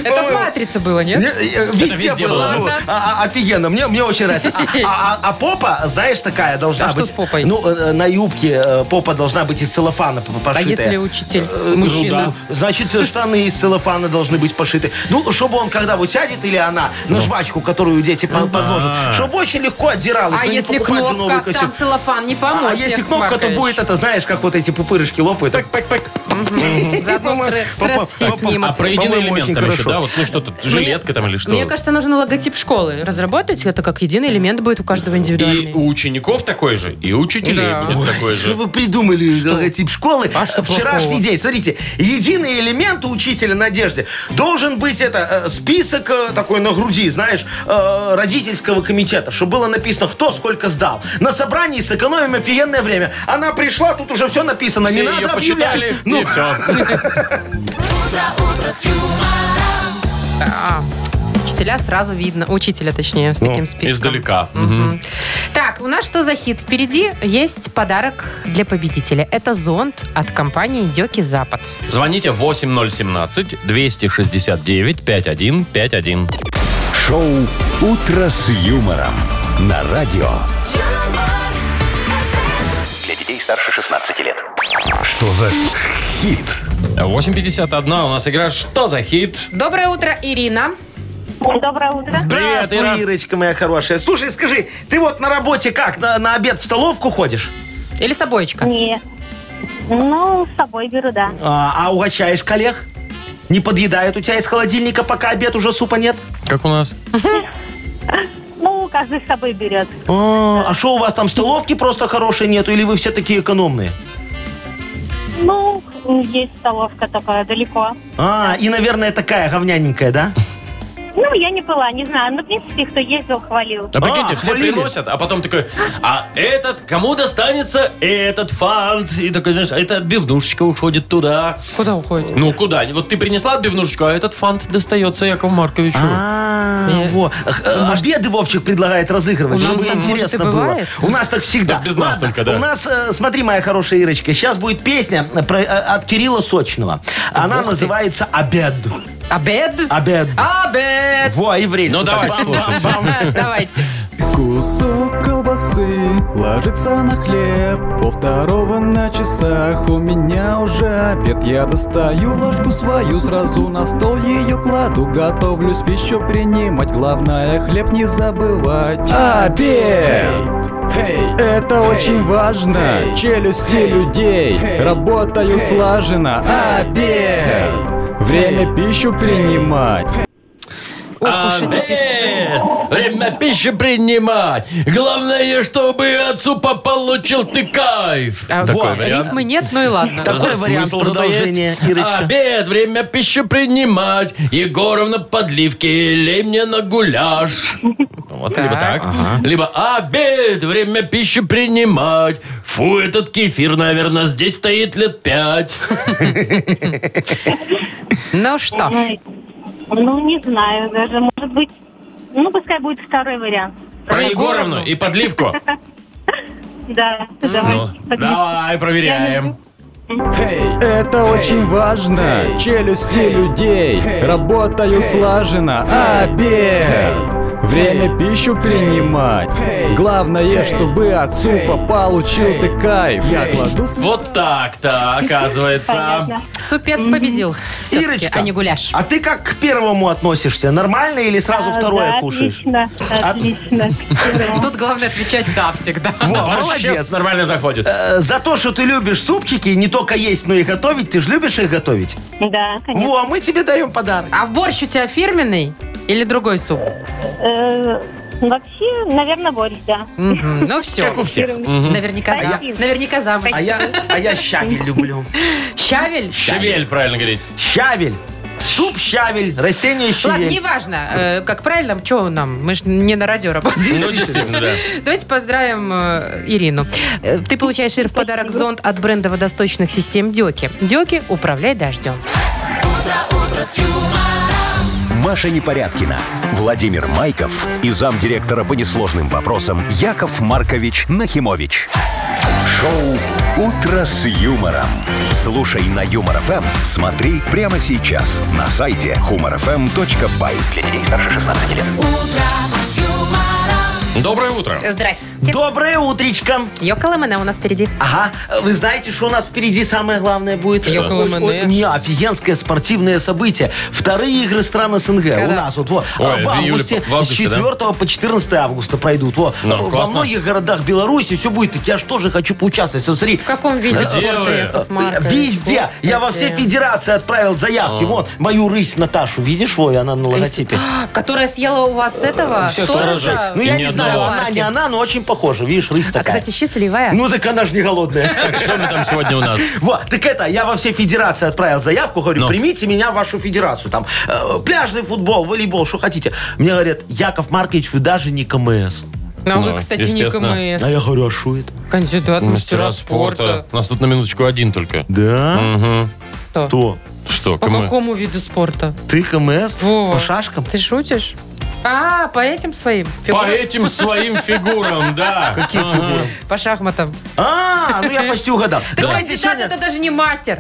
матрице было, нет? Не, э, Везде, везде было. было. Ну, Ладно. а- а- офигенно. Мне, мне очень нравится. А, а- а- а попа, знаешь, такая должна А быть. что с попой? Ну, э, на юбке э, попа должна быть из целлофана п- А пошитая. если учитель Э, мужчина? ну, значит, штаны из целлофана должны быть пошиты. Ну, чтобы он, когда вот сядет, или она, на жвачку, которую дети по- подложат, А. чтобы очень легко отдиралась. А Ну, не если покупать же новый кнопка, костюм. там целлофан не А, поможет, а если Яков кнопка, то Маркович. будет это, знаешь, как вот эти пупырышки лопают. Пак-пак-пак. Заодно стре- стресс все А снимут. про единый По-моему, элемент очень там еще, хорошо. да? Вот, ну что-то, жилетка там или что? Мне кажется, нужно логотип школы разработать. Это как единый элемент будет у каждого И индивидуальный. у учеников такой же, и у учителей Да. будет такой Что же. вы придумали логотип школы? А что Вчерашний плохого? день. Смотрите, единый элемент у учителя на одежде должен быть это э, список э, такой на груди, знаешь, э, родительского комитета, чтобы было написано, кто сколько сдал. На собрании сэкономим офигенное время. Она пришла, тут уже все написано, Все не ее надо почитали, объявлять. Ну, и все. А, учителя сразу видно. Учителя, точнее, с таким списком. Издалека. Мгм. Так, у нас что за хит? Впереди есть подарок для победителя. Это зонт от компании Дёки Запад. Звоните восемь ноль семнадцать двести шестьдесят девять пятьдесят один пятьдесят один. Шоу «Утро с юмором» на радио. Для детей старше шестнадцати лет. Что за хит? восемь пятьдесят один у нас игра «Что за хит?». Доброе утро, Ирина. Доброе утро. Здравствуй, Ира. Ирочка моя хорошая. Слушай, скажи, ты вот на работе как, на, на обед в столовку ходишь? Или собойчика? Не. Ну, с собой беру, да. А, а угощаешь коллег? Не подъедают у тебя из холодильника, пока обед уже супа нет? Как у нас? Ну, каждый с собой берет. А что у вас там столовки просто хорошие нету, или вы все такие экономные? Ну, есть столовка такая далеко. А, и, наверное, такая говняненькая, да? Ну, я не была, не знаю. Но, в принципе, кто ездил, хвалил. А прикиньте, А, все хвалили. приносят, а потом такой, а этот, кому достанется этот фант? И такой, знаешь, а эта отбивнушечка уходит туда. Куда уходит? Ну, куда? Вот ты принесла отбивнушечку, а этот фант достается Якову Марковичу. А, Э, во. Э, Обеды Вовчик предлагает разыгрывать, У нас чтобы так, может, интересно и было. бывает? У нас так всегда. Так без нас Ладно, только, да. У нас, э, смотри, моя хорошая Ирочка, сейчас будет песня про- э, от Кирилла Сочного. Она Ух ты. называется «Обед». Обед? Обед. Обед! Во, иврит. Ну, что давайте так. слушать. Давайте. Кусок колбасы ложится на хлеб. Пол второго на часах, у меня уже обед. Я достаю ложку свою, сразу на стол ее кладу. Готовлюсь пищу принимать, главное хлеб не забывать. Обед! Это очень важно. Челюсти людей работают слаженно. Обед! Время пищу принимать. Ох уж эти певцы. Обед! Время пищи принимать. Главное, чтобы от супа получил ты кайф. А, Такой вот, вариант. рифмы нет, ну и ладно. Такой Смысл вариант зато продолжения, есть. Ирочка. Обед, время пищи принимать. Егоровна подливки, лей мне на гуляш. Вот, Так. либо так. Либо обед, время пищи принимать. Фу, этот кефир, наверное, здесь стоит лет пять. Ну что? Ой, Ну, не знаю даже. Может быть, ну, пускай будет второй вариант. Про Егоровну. Егоровну и подливку. Да, давай. Ну, давай, проверяем. Это очень важно. Челюсти людей работают слаженно. Обед! Время пищу принимать. Главное, чтобы от супа получил ты кайф. Я кладу с- Вот так-то, оказывается. Понятно. Супец победил. Все-таки, Ирочка, а не гуляш. а ты как к первому относишься? Нормально или сразу А, второе да, кушаешь? Отлично, отлично. Тут главное отвечать «да» всегда. Во, Борщец молодец. нормально заходит. Э, За то, что ты любишь супчики, не только есть, но и готовить, ты же любишь их готовить? Да, конечно. Во, мы тебе даем подарок. А борщ у тебя фирменный или другой суп? Э, Вообще, наверное, борщ, да. Мгм, ну все. Как у всех. Мгм. Наверняка, за- Спасибо. наверняка замуж. А я, а я щавель люблю. Щавель? Щавель, правильно говорить. Щавель. Суп щавель, растение Ладно, щавель. неважно, э, как правильно, что нам, мы же не на радио работаем. Ну, действительно, да. Давайте поздравим э, Ирину. Э, Ты получаешь, Ир, в подарок зонт от бренда водосточных систем Дёки. Дёки, управляй дождем. Маша Непорядкина, Владимир Майков и замдиректора по несложным вопросам Яков Маркович Нахимович. Шоу «Утро с юмором». Слушай на Юмор ФМ, смотри прямо сейчас на сайте humor f m точка by. Для детей старше шестнадцати лет. Доброе утро. Здрасте. Доброе утречко. Йоколэмэне у нас впереди. Ага, вы знаете, что у нас впереди самое главное будет? Йоколэмэне. Ой, ой, Не, офигенское спортивное событие. Вторые игры стран СНГ Когда? у нас вот, вот Ой, в в июле, августе, в августе, с четвёртого по четырнадцатое августа пройдут. Вот. Ну, Во классно. многих городах Беларуси все будет. И я же тоже хочу поучаствовать. Смотри, В каком виде Где спорта, вы? Яков Маркович? везде. Господи. Я во все федерации отправил заявки. Вот, мою рысь Наташу, видишь, ой, она на логотипе. Которая съела у вас этого Все сторожа? Ну, И я ни не одного. знаю, она не она, но очень похожа. Видишь, рысь А, такая. кстати, счастливая. Ну, так она же не голодная. Так, что мы там сегодня у нас? Вот, так это, я во все федерации отправил заявку, говорю, Ну. примите меня в вашу федерацию. Там, э, пляжный футбол, волейбол, что хотите. Мне говорят, Яков Маркович, вы даже не КМС. Но Ну, вы, кстати, не естественно. КМС. А я говорю, а что это? Кандидат в мастера спорта. У нас тут на минуточку один только. Да? Угу. Кто? Кто? Что, По КМ? какому виду спорта? Ты КМС? Во. По шашкам? Ты шутишь? А, по этим своим? По фигурам? этим своим фигурам, да. Какие Ага. фигуры? По шахматам. А, ну я почти угадал. Так Давайте кандидат сегодня- это даже не мастер.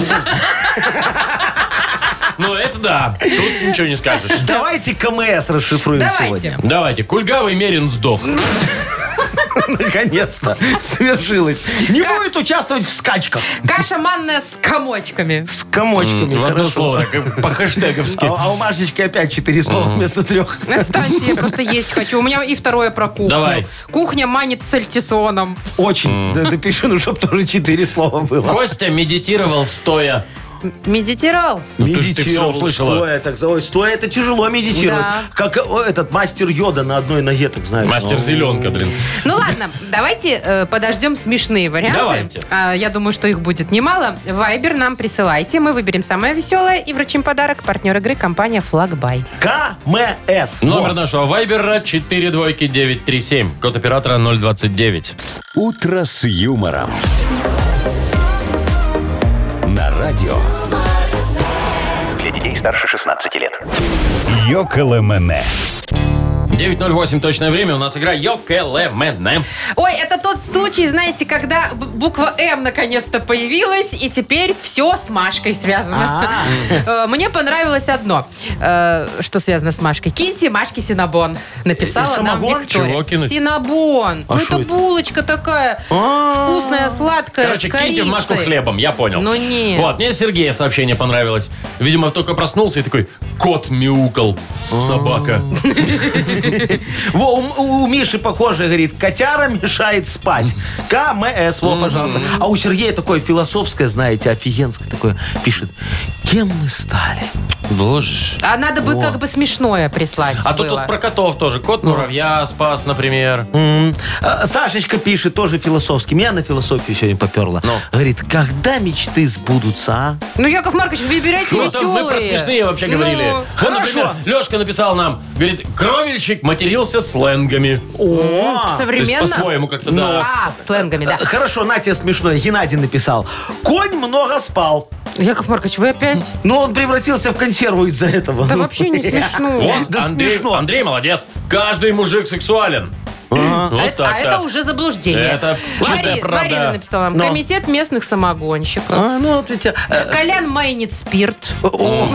Ну, это да. Тут ничего не скажешь. Давайте КМС расшифруем Давайте. сегодня. Давайте. Кульгавый Мерин сдох. Наконец-то свершилось. Не будет участвовать в скачках. Каша манная с комочками. С комочками. В одно хорошо. слово, так, по-хэштеговски. А, а у Машечки опять четыре слова вместо трех. Отстаньте, я просто есть хочу. У меня и второе про кухню. Давай. Кухня манит сальтисоном. Очень. Да, допиши, ну, чтобы тоже четыре слова было. Костя медитировал стоя. Медитировал? Ну, ты ж- ты всё Медитировал, услышала. стоя, так, ой, стоя, это тяжело медитировать. Да. Как о, этот мастер йода на одной ноге, так знаешь. Мастер О. зеленка, блин. Ну ладно, давайте э, подождем смешные варианты. Давайте. А, я думаю, что их будет немало. Вайбер нам присылайте. Мы выберем самое веселое и вручим подарок. Партнер игры — компания «Флагбай». КМС. Номер Во. нашего вайбера четыре двойки девять три семь. Код оператора ноль двадцать девять. «Утро с юмором». На радио Для детей старше шестнадцати лет. «Йоколэмэне». девять ноль восемь точное время. У нас игра Йоколэмэне. Ой, это тот случай, знаете, когда б- буква «М» наконец-то появилась, и теперь все с Машкой связано. Э, Мне понравилось одно, э, что связано с Машкой. Киньте Машке синабон. Написала Э, нам самогон? Виктория. Чего кинуть? Синабон. А Ну, что это это? булочка такая А. вкусная, сладкая, Короче, с киньте в Машку корицей. хлебом, я понял. Ну, нет. Вот, мне Сергея сообщение понравилось. Видимо, только проснулся и такой, кот мяукал, собака. Во, у, у Миши похоже, говорит, котяра мешает спать. КМС, во, пожалуйста. А у Сергея такое философское, знаете, офигенское такое. Пишет, кем мы стали? Боже. А надо бы как бы смешное прислать А тут было. вот про котов тоже. Кот муравья спас, например. М. А, Сашечка пишет, тоже философский. Меня на философию сегодня поперла. Ну. Говорит, когда мечты сбудутся, а? Ну, Яков Маркович, выбирайте Ну, там мы веселые. про смешные вообще Ну, говорили. Вот, хорошо. например, Лешка написал нам, говорит, кровельщик матерился сленгами. м, То есть современно. по-своему как-то, да. А, сленгами, да. Э, Хорошо, на тебе смешное. Геннадий написал. Конь много спал. Яков Маркович, вы опять? Но он превратился в консерву из-за этого. Да Ну, вообще не смешно. Вот, Да Андрей, смешно. Андрей молодец. Каждый мужик сексуален. Вот Это- так-то. а это уже заблуждение. Это чистая Мари- правда. Марина написала нам. Но. Комитет местных самогонщиков. А, ну, вот эти... э, Колян майнит спирт. о,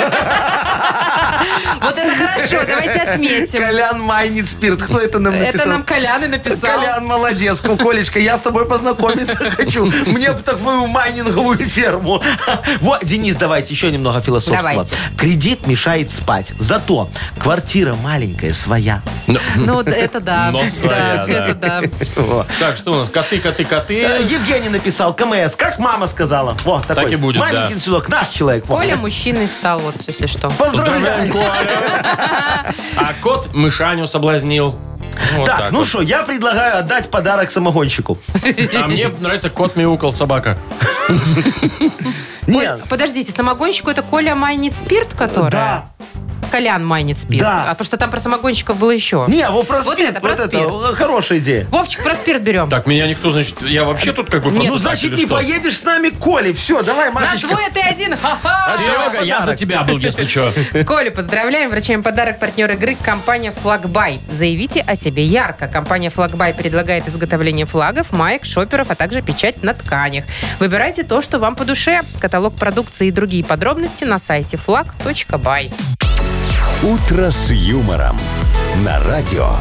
Вот это хорошо, давайте отметим. Колян майнит спирт. Кто это нам написал? Это нам Колян и написал. Колян, молодец. Колечка, я с тобой познакомиться хочу. Мне бы такую майнинговую ферму. Вот, Денис, давайте еще немного философского. Давайте. Кредит мешает спать. Зато квартира маленькая, своя. Ну, это да. Но своя, да. Это да. Во. Так, что у нас? Коты, коты, Э, коты. Евгений написал КМС, как мама сказала. Вот такой. Так и будет, Маленький да. сынок, наш человек. Во. Коля мужчиной стал, вот, если что. Поздравляю. Коля. А кот мышаню соблазнил. Вот Так, ну вот. что, я предлагаю отдать подарок самогонщику. А мне нравится кот мяукал, собака. Нет. Подождите, самогонщику это Коля майнит спирт, который? Да. Колян майнит спирт. Да. А потому что там про самогонщиков было еще. Не, вот про Вот спирт, это, про вот это, спирт. хорошая идея. Вовчик, про спирт берем. Так, меня никто, значит, я вообще тут как бы просто Ну, так значит, или не что? поедешь с нами к Коле. Все, давай, На Машечка. двое ты один. Ха-ха! Серега, я за тебя был, если что. Колю поздравляем. Вручаем подарок. Партнер игры – компания «Флагбай». Заявите о себе ярко. Компания «Флагбай» предлагает изготовление флагов, маек, шоперов, а также печать на тканях. Выбирайте то, что вам по душе. Каталог продукции и другие подробности на сайте флаг точка бай. «Утро с юмором» на радио.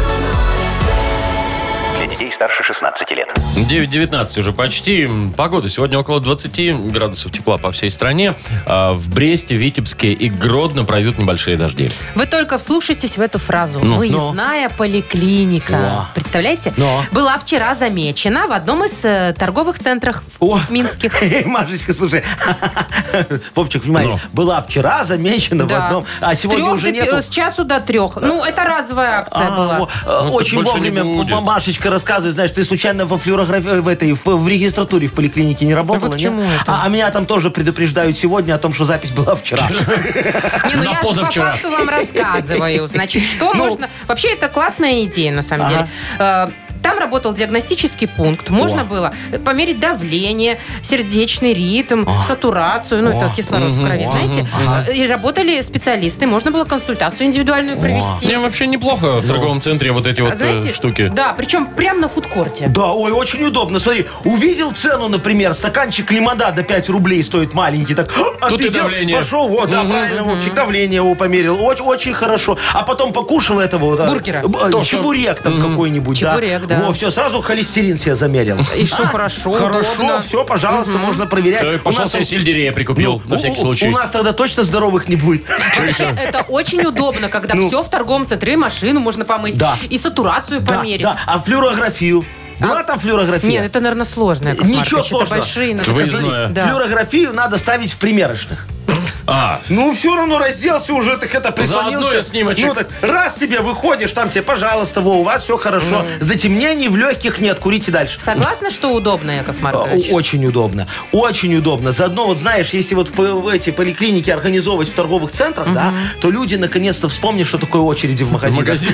Для детей старше шестнадцати лет. девять девятнадцать уже почти. Погода сегодня около двадцати градусов тепла по всей стране. А в Бресте, Витебске и Гродно пройдут небольшие дожди. Вы только вслушайтесь в эту фразу. Ну, Выездная поликлиника. О. Представляете? Но. Была вчера замечена в одном из э, торговых центров О. минских. Эй, Машечка, слушай. Вовчик, внимание. Ну. Была вчера замечена в Да. одном, а С сегодня трех уже до пи- нету. С часу до трех. Ну, это разовая акция А, была. во, э, Ну, Очень так больше не вовремя будет. М- Машечка рассказывает, знаешь, ты случайно во флюорографии, в этой, в, в регистратуре в поликлинике не работала? вы к нет? чему это? А, а меня там тоже предупреждают сегодня о том, что запись была вчера. Не, ну На я же по позавчера. факту вам рассказываю. Значит, что Ну. можно... Вообще, это классная идея, на самом деле. Э, Там работал диагностический пункт. Можно О. было померить давление, сердечный ритм, сатурацию, ну, это кислород в крови, знаете. Э, И работали специалисты. Можно было консультацию индивидуальную провести. Не, вообще неплохо в торговом центре вот эти вот А знаете, э, штуки. Да, причем прямо на фудкорте. Да, ой, очень удобно. Смотри, увидел цену, например, стаканчик лимонада пять рублей стоит маленький. Так, Тут и офигел, давление. Пошел, вот, да, правильно, Вовчик, давление его померил. Очень, очень хорошо. А потом покушал этого. Да, Бургера. б- э, То, что- Чебурек там какой-нибудь, Чебурек, да. Во, все, сразу холестерин себе замерил. И что, хорошо, Хорошо, удобно. все, пожалуйста, можно проверять. То и У пошел нас себе там- сельдерея прикупил, Ну, на у- всякий у- случай. У нас тогда точно здоровых не будет. Вообще, это очень удобно, когда все в торговом центре, и машину можно помыть, Да. и сатурацию Да, померить. да. А флюорографию? Была там флюорография? Нет, это, наверное, сложно, Яков Ничего Маркович. сложного. Это большие надо Выездное. Да. Флюорографию надо ставить в примерочных. А, Ну, все равно разделся уже, так это прислонился. Заодно и снимочек. Ну, так раз тебе выходишь, там тебе, пожалуйста, во, у вас все хорошо. Затемнений в легких нет, курите дальше. Согласны, что удобно, Яков О- Маркович? Очень удобно. Очень удобно. Заодно, вот знаешь, если вот в, п- в эти поликлиники организовывать в торговых центрах, да, то люди наконец-то вспомнят, что такое очереди в магазине. магазин.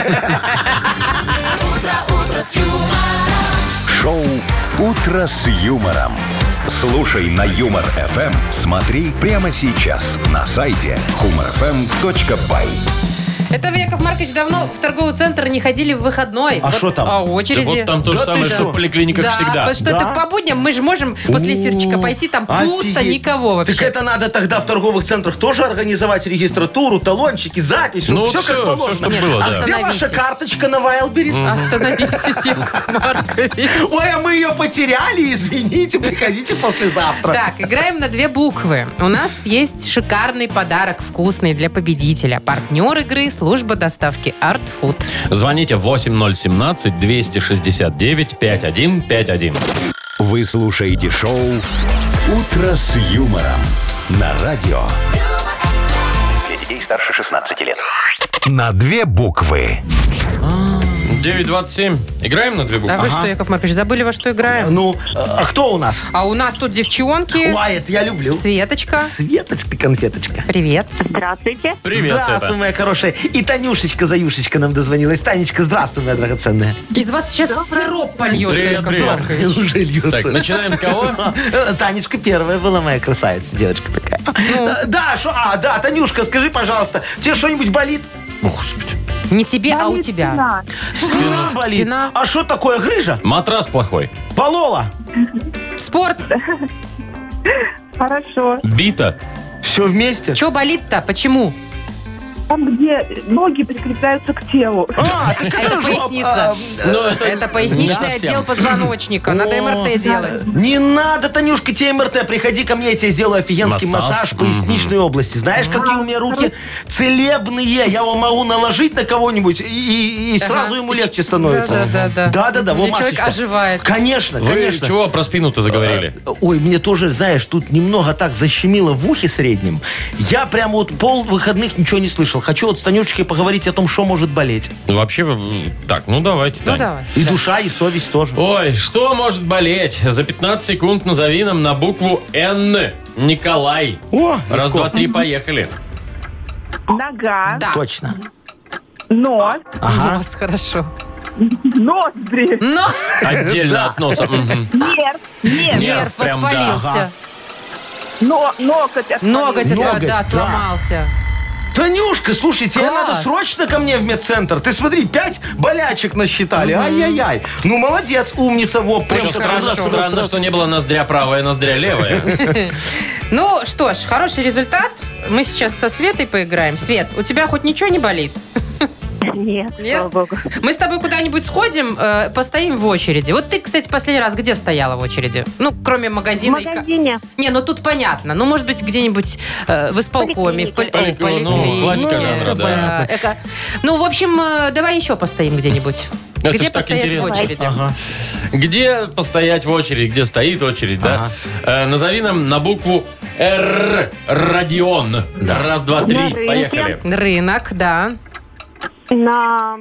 Шоу «Утро с юмором». Слушай на Юмор эф эм. Смотри прямо сейчас на сайте humor f m точка by. Это вы, Яков Маркович, давно в торговый центр не ходили в выходной. А Вот- шо там? А Да очереди. вот там то же Да самое, ты что что? в поликлиниках Да, всегда. потому что Да? это по будням мы же можем после эфирчика пойти, там пусто, Офигеть. никого вообще. Так это надо тогда в торговых центрах тоже организовать регистратуру, талончики, запись, чтобы Ну, все, всё, как всё, положено. чтоб было, а да. где ваша Остановитесь. карточка на Wildberries? Остановитесь, Яков Маркович. Ой, а мы ее потеряли, извините, приходите послезавтра. Так, играем на две буквы. У нас есть шикарный подарок вкусный для победителя. Партнер игры – служба доставки Art Food. Звоните восемь ноль семнадцать двести шестьдесят девять пятьдесят один пятьдесят один. Вы слушаете шоу «Утро с юмором» на радио. Для детей старше шестнадцати лет. На две буквы. девять двадцать семь. Играем на две буквы? А вы что, Яков Маркович, забыли, во что играем? Ну, а кто у нас? А у нас тут девчонки. Ой, это я люблю. Светочка. Светочка, конфеточка. Привет. Здравствуйте. Привет, Здравствуй, Света. моя хорошая. И Танюшечка, Заюшечка нам дозвонилась. Танечка, здравствуй, моя драгоценная. Из вас сейчас сироп польется, Привет, Яков привет. Маркович. Уже льется. Так, начинаем с кого? Э, Танечка первая была моя красавица, девочка такая. Э, Да, что? А, да, Танюшка, скажи, пожалуйста, тебе что-нибудь болит? Не тебе, а у тебя. Спина болит. Спина. А что такое, грыжа? Матрас плохой. Полола? Спорт. Хорошо. Бита. Все вместе? Че болит-то? Почему? Там, где ноги прикрепляются к телу. А, так Это жоп- поясница. а, Ну, это Это не поясничный совсем. отдел позвоночника. Надо эм эр тэ делать. Не надо, Танюшка, тебе эм эр тэ. Приходи ко мне, я тебе сделаю офигенский Массаж. массаж, поясничной области. Знаешь, какие у меня руки целебные. Я его могу наложить на кого-нибудь, и, и- и сразу ему легче становится. Да-да-да. Да-да-да, во, Или человек Машечка. оживает. Конечно, Вы конечно. чего про спину-то заговорили? Ой, мне тоже, знаешь, тут немного так защемило в ухе среднем. Я прям вот пол выходных ничего не слышал. Хочу вот с Танюшечкой поговорить о том, что может болеть. Вообще, м, так, ну давайте, Ну Тань. давай. И душа, и совесть тоже. Ой, что может болеть? За пятнадцать секунд назови нам на букву Н. Николай. О, Раз, легко. два, три, поехали. Нога. Да. Точно. Нос. Ага. Нос, хорошо. Ноздри. Но Отдельно от носа. Мгм. Нерв. Нерв. нерв прям да, воспалился. ага. Но, ноготь. отвалился. Ноготь, этого, Ноготь, да, да. сломался. Танюшка, слушай, тебе Класс. надо срочно ко мне в медцентр. Ты смотри, пять болячек насчитали. Ай-яй-яй. Ну, молодец, умница. Во, прям Очень так хорошо. раз, раз, Странно, раз. что не было ноздря правая, ноздря левая. Ну, что ж, хороший результат. Мы сейчас со Светой поиграем. Свет, у тебя хоть ничего не болит? Нет, Нет? слава богу. Мы с тобой куда-нибудь сходим, э, постоим в очереди. Вот ты, кстати, последний раз где стояла в очереди? Ну, кроме В магазина. и ка- магазине. Не, ну тут понятно. Ну, может быть, где-нибудь э, в исполкоме. В поли- Поликлинике. О, Ну, поликлинике. классика жанра, Всё да. понятно. Эко- Ну, в общем, э, давай еще постоим где-нибудь. Это Где ж так постоять в интересно. очереди? Ага. Где постоять в очередь, где стоит очередь, да? Э, назови нам на букву Р. Родион. Раз, два, три. На рынке. Поехали. Рынок, да. На...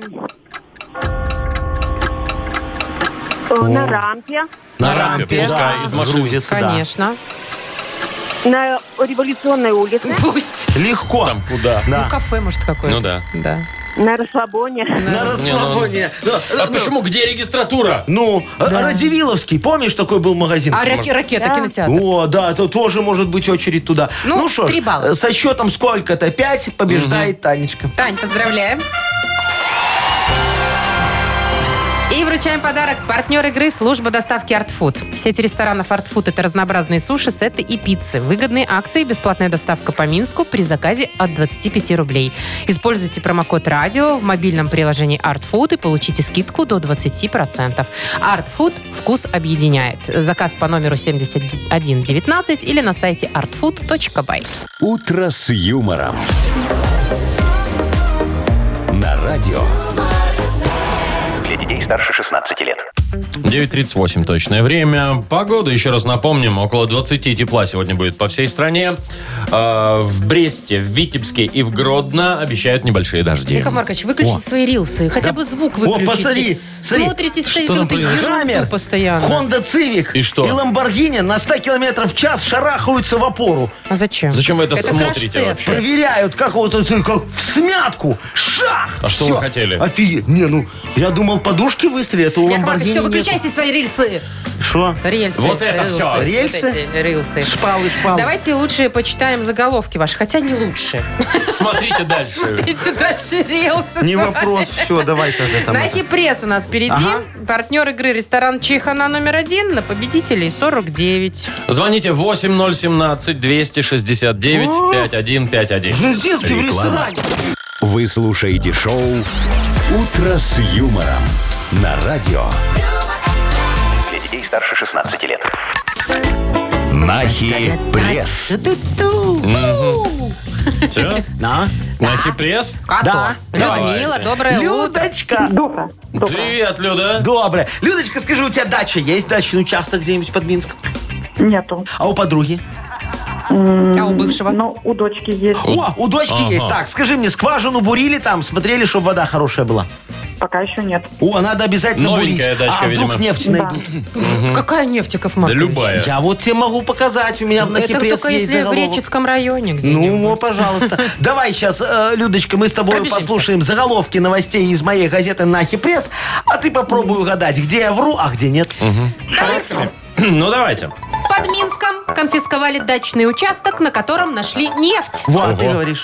э, На рампе. На рампе, рампе. пускай, Да, из машины. грузится, да. Конечно. На революционной улице. Пусть. Легко. Там куда? Ну, Да. кафе, может, какое-то. Ну да. Да. На расслабоне. На расслабоне. Да, А ну, почему? Где регистратура? Ну, а- Радивиловский, помнишь, такой был магазин? А раки- ракета, Да. кинотеатр. О, да, то тоже может быть очередь туда. Ну, что ж, три балла. со счетом сколько-то? Пять побеждает Танечка. Тань, поздравляем. И вручаем подарок. Партнер игры — служба доставки Art Food. Сеть ресторанов Art Food — это разнообразные суши, сеты и пиццы. Выгодные акции, бесплатная доставка по Минску при заказе от двадцати пяти рублей. Используйте промокод «Радио» в мобильном приложении Art Food и получите скидку до двадцати процентов. Art Food — вкус объединяет. Заказ по номеру семьдесят один девятнадцать или на сайте артфуд точка бай. «Утро с юмором». На радио. Для детей старше шестнадцати лет. девять тридцать восемь точное время. Погода, еще раз напомним, около двадцати тепла сегодня будет по всей стране. Э, В Бресте, в Витебске и в Гродно обещают небольшие дожди. Яков Маркович, выключите свои рилсы. Хотя бы звук выключите. посмотри, смотри. Смотрите, стоит Что там какую-то происходит? ерунду Хаммер, постоянно. Honda Civic И что? и Lamborghini на сто километров в час шарахаются в опору. А зачем? Зачем вы это Это смотрите краш-тест. вообще? Проверяют, как вот это, как в смятку. Шах! А что Всё. вы хотели? Офигеть. Не, ну, я думал, подушки выстрелят, а у Яков Маркович, Lamborghini все, нет. выключайте свои рельсы. Что? Рельсы. Вот это рилсы, всё. вот Рельсы? эти рилсы. Шпалы, шпалы. Давайте лучше почитаем заголовки ваши, хотя не лучше. Смотрите дальше. Эти дальше рилсы. Не вопрос, все, давай тогда там. На это. хипресс у нас впереди. Ага. Партнер игры — ресторан Чайхана номер один. На победителей сорок девять. Звоните восемь ноль семнадцать двести шестьдесят девять пятьдесят один пятьдесят один. Жнезинский в Реклама. ресторане. Вы слушаете шоу «Утро с юмором» на радио. Для детей старше шестнадцати лет. Нахи пресс. Все? На. На хипресс? Да. Людмила, доброе утро. Людочка. Добро. Привет, Люда. Доброе. Людочка, скажи, у тебя дача есть? Дачный участок где-нибудь под Минском? Нету. А у подруги? А у бывшего? Но у дочки есть. О, у дочки Ага. есть. Так, скажи мне, скважину бурили там, смотрели, чтобы вода хорошая была? Пока еще нет. О, надо обязательно Новенькая бурить. дачка, а вдруг видимо. нефть Да. найдут? Какая нефть, Яков Да Маркович? любая. Я вот тебе могу показать. У меня в Это Нахипресс только есть если в заголовок. Реческом районе где-нибудь. Ну, пожалуйста. Давай сейчас, э, Людочка, мы с тобой Пробежимся. послушаем заголовки новостей из моей газеты «Нахи Пресс», а ты попробуй угадать, где я вру, а где нет. Давайте. Ну, давайте. Под Минском конфисковали дачный участок, на котором нашли нефть. Вот, ты Ого. говоришь.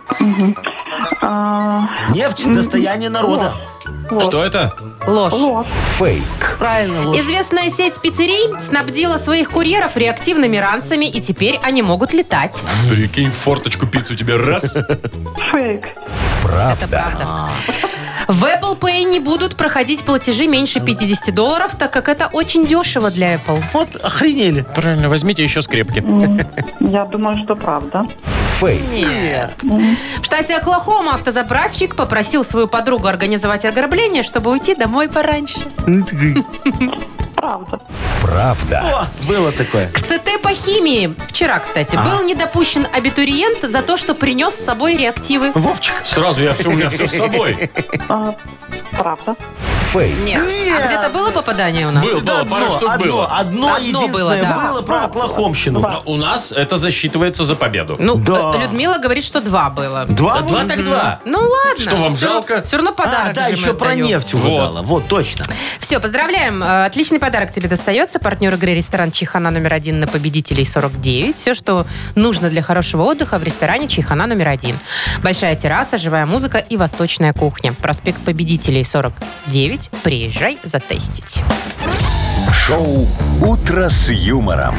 А, Нефть – достояние народа. Что это? Ложь. ложь. Фейк. Правильно, ложь. Известная сеть пиццерий снабдила своих курьеров реактивными ранцами, и теперь они могут летать. Прикинь, в форточку пиццу тебе раз. Фейк. Это правда. В Apple Pay не будут проходить платежи меньше пятьдесят долларов, так как это очень дешево для Apple. Вот охренели. Правильно, возьмите еще скрепки. Я думаю, что правда. Фейк. Нет. В штате Оклахома автозаправщик попросил свою подругу организовать ограбление, чтобы уйти домой пораньше. Правда. Правда. О, было такое. К ЦТ по химии вчера, кстати, был недопущен абитуриент за то, что принес с собой реактивы. Вовчик. Сразу я все, у меня все с собой. А, правда. фейк? Нет. А где-то было попадание у нас? Был. Да, пара штук одно, было. одно, Одно единственное было, да. было про Оклахомщину. А у нас это засчитывается за победу. Ну, Да. э, Людмила говорит, что два было. Два? А два так два. Ну ладно. Что, вам Все жалко? равно- Все равно подарок А, да, же мы еще про отдаем. нефть угадала. Вот, точно. Все, поздравляем. Э, Отличный подарок тебе достается. Партнер игры «Ресторан Чайхана» номер один на Победителей сорок девять. Все, что нужно для хорошего отдыха в ресторане Чайхана номер один. Большая терраса, живая музыка и восточная кухня. Проспект Победителей сорок девять. Приезжай затестить. Шоу «Утро с юмором».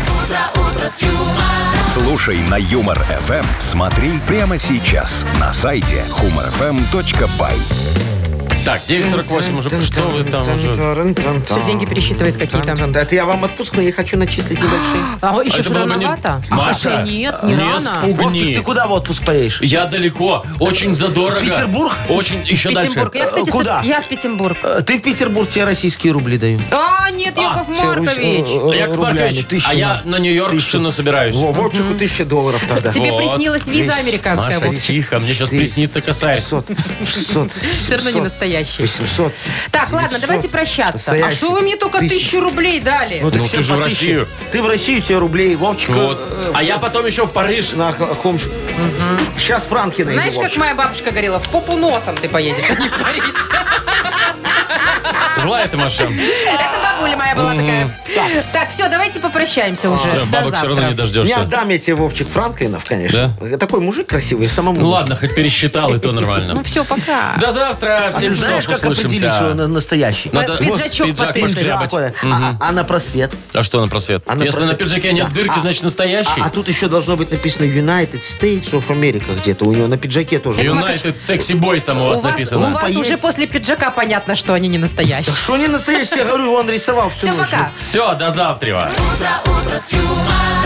Слушай на Юмор эф эм. Смотри прямо сейчас на сайте humor эф эм точка бай. Так, девять сорок восемь уже. Что вы там уже? Все, деньги пересчитывает какие-то. Да, это я вам отпускные хочу начислить небольшие. А еще это что, было бы не- рановато? Маша, А хотя нет, не, не рано. спугни. Вовчик, ты куда в отпуск поедешь? Я далеко. Очень задорого. В Петербург? Очень. Еще Петербург. дальше. Я, кстати, Э, куда? с- я в Петербург. Э, Ты в Петербург, тебе российские рубли даю. А, нет, Яков Все, Маркович. рус- э, Яков рублями, Маркович, тысячу а я на- на Нью-Йоркщину собираюсь. Во, Вовчику тысяча долларов тогда. Тебе Вот. приснилась виза Видишь, американская. Маша, Вовчик. тихо, мне сейчас Ты- приснится косарь. шестьсот, шестьсот, Все равно не настоящий. восемьсот. Так, ладно, девятьсот. давайте прощаться. А Настоящий. что вы мне только Тысяча. тысячу рублей дали? Ну, так Ну, всем ты же по в тысяче. Россию. Ты в Россию, тебе рублей. Вовчик. Вот. э, А я потом еще в Париж. На Хомш. Сейчас франки найду, Знаешь, как Вовчик. моя бабушка говорила, в попу носом ты поедешь, а не в Париж. Злая ты, Маша. Это бабуля моя была такая. Так, все, давайте попрощаемся уже. Всё, До бабок все равно не завтра. Не дождешься. отдам я тебе, Вовчик, Франклинов, конечно. Такой мужик красивый, самому. Ну ладно, хоть пересчитал, и то Ну нормально. все, пока. До завтра. А В ты семь знаешь, часов как определить, услышимся. что он настоящий? Надо- Пиджачок пиджак по тридцать. подшляпать. Такое. А, а на просвет? А что на просвет? А на Если просвет? на пиджаке нет Да. дырки, А- значит настоящий. А, а тут еще должно быть написано United States of America где-то. У него на пиджаке тоже. United Sexy Boys там у вас У вас, у написано. вас Поесть. уже после пиджака понятно, что они не настоящие. Что не настоящий, я говорю, он рисовал всю Все, ночь. пока. Все, до завтра. Утро, утро с юмором.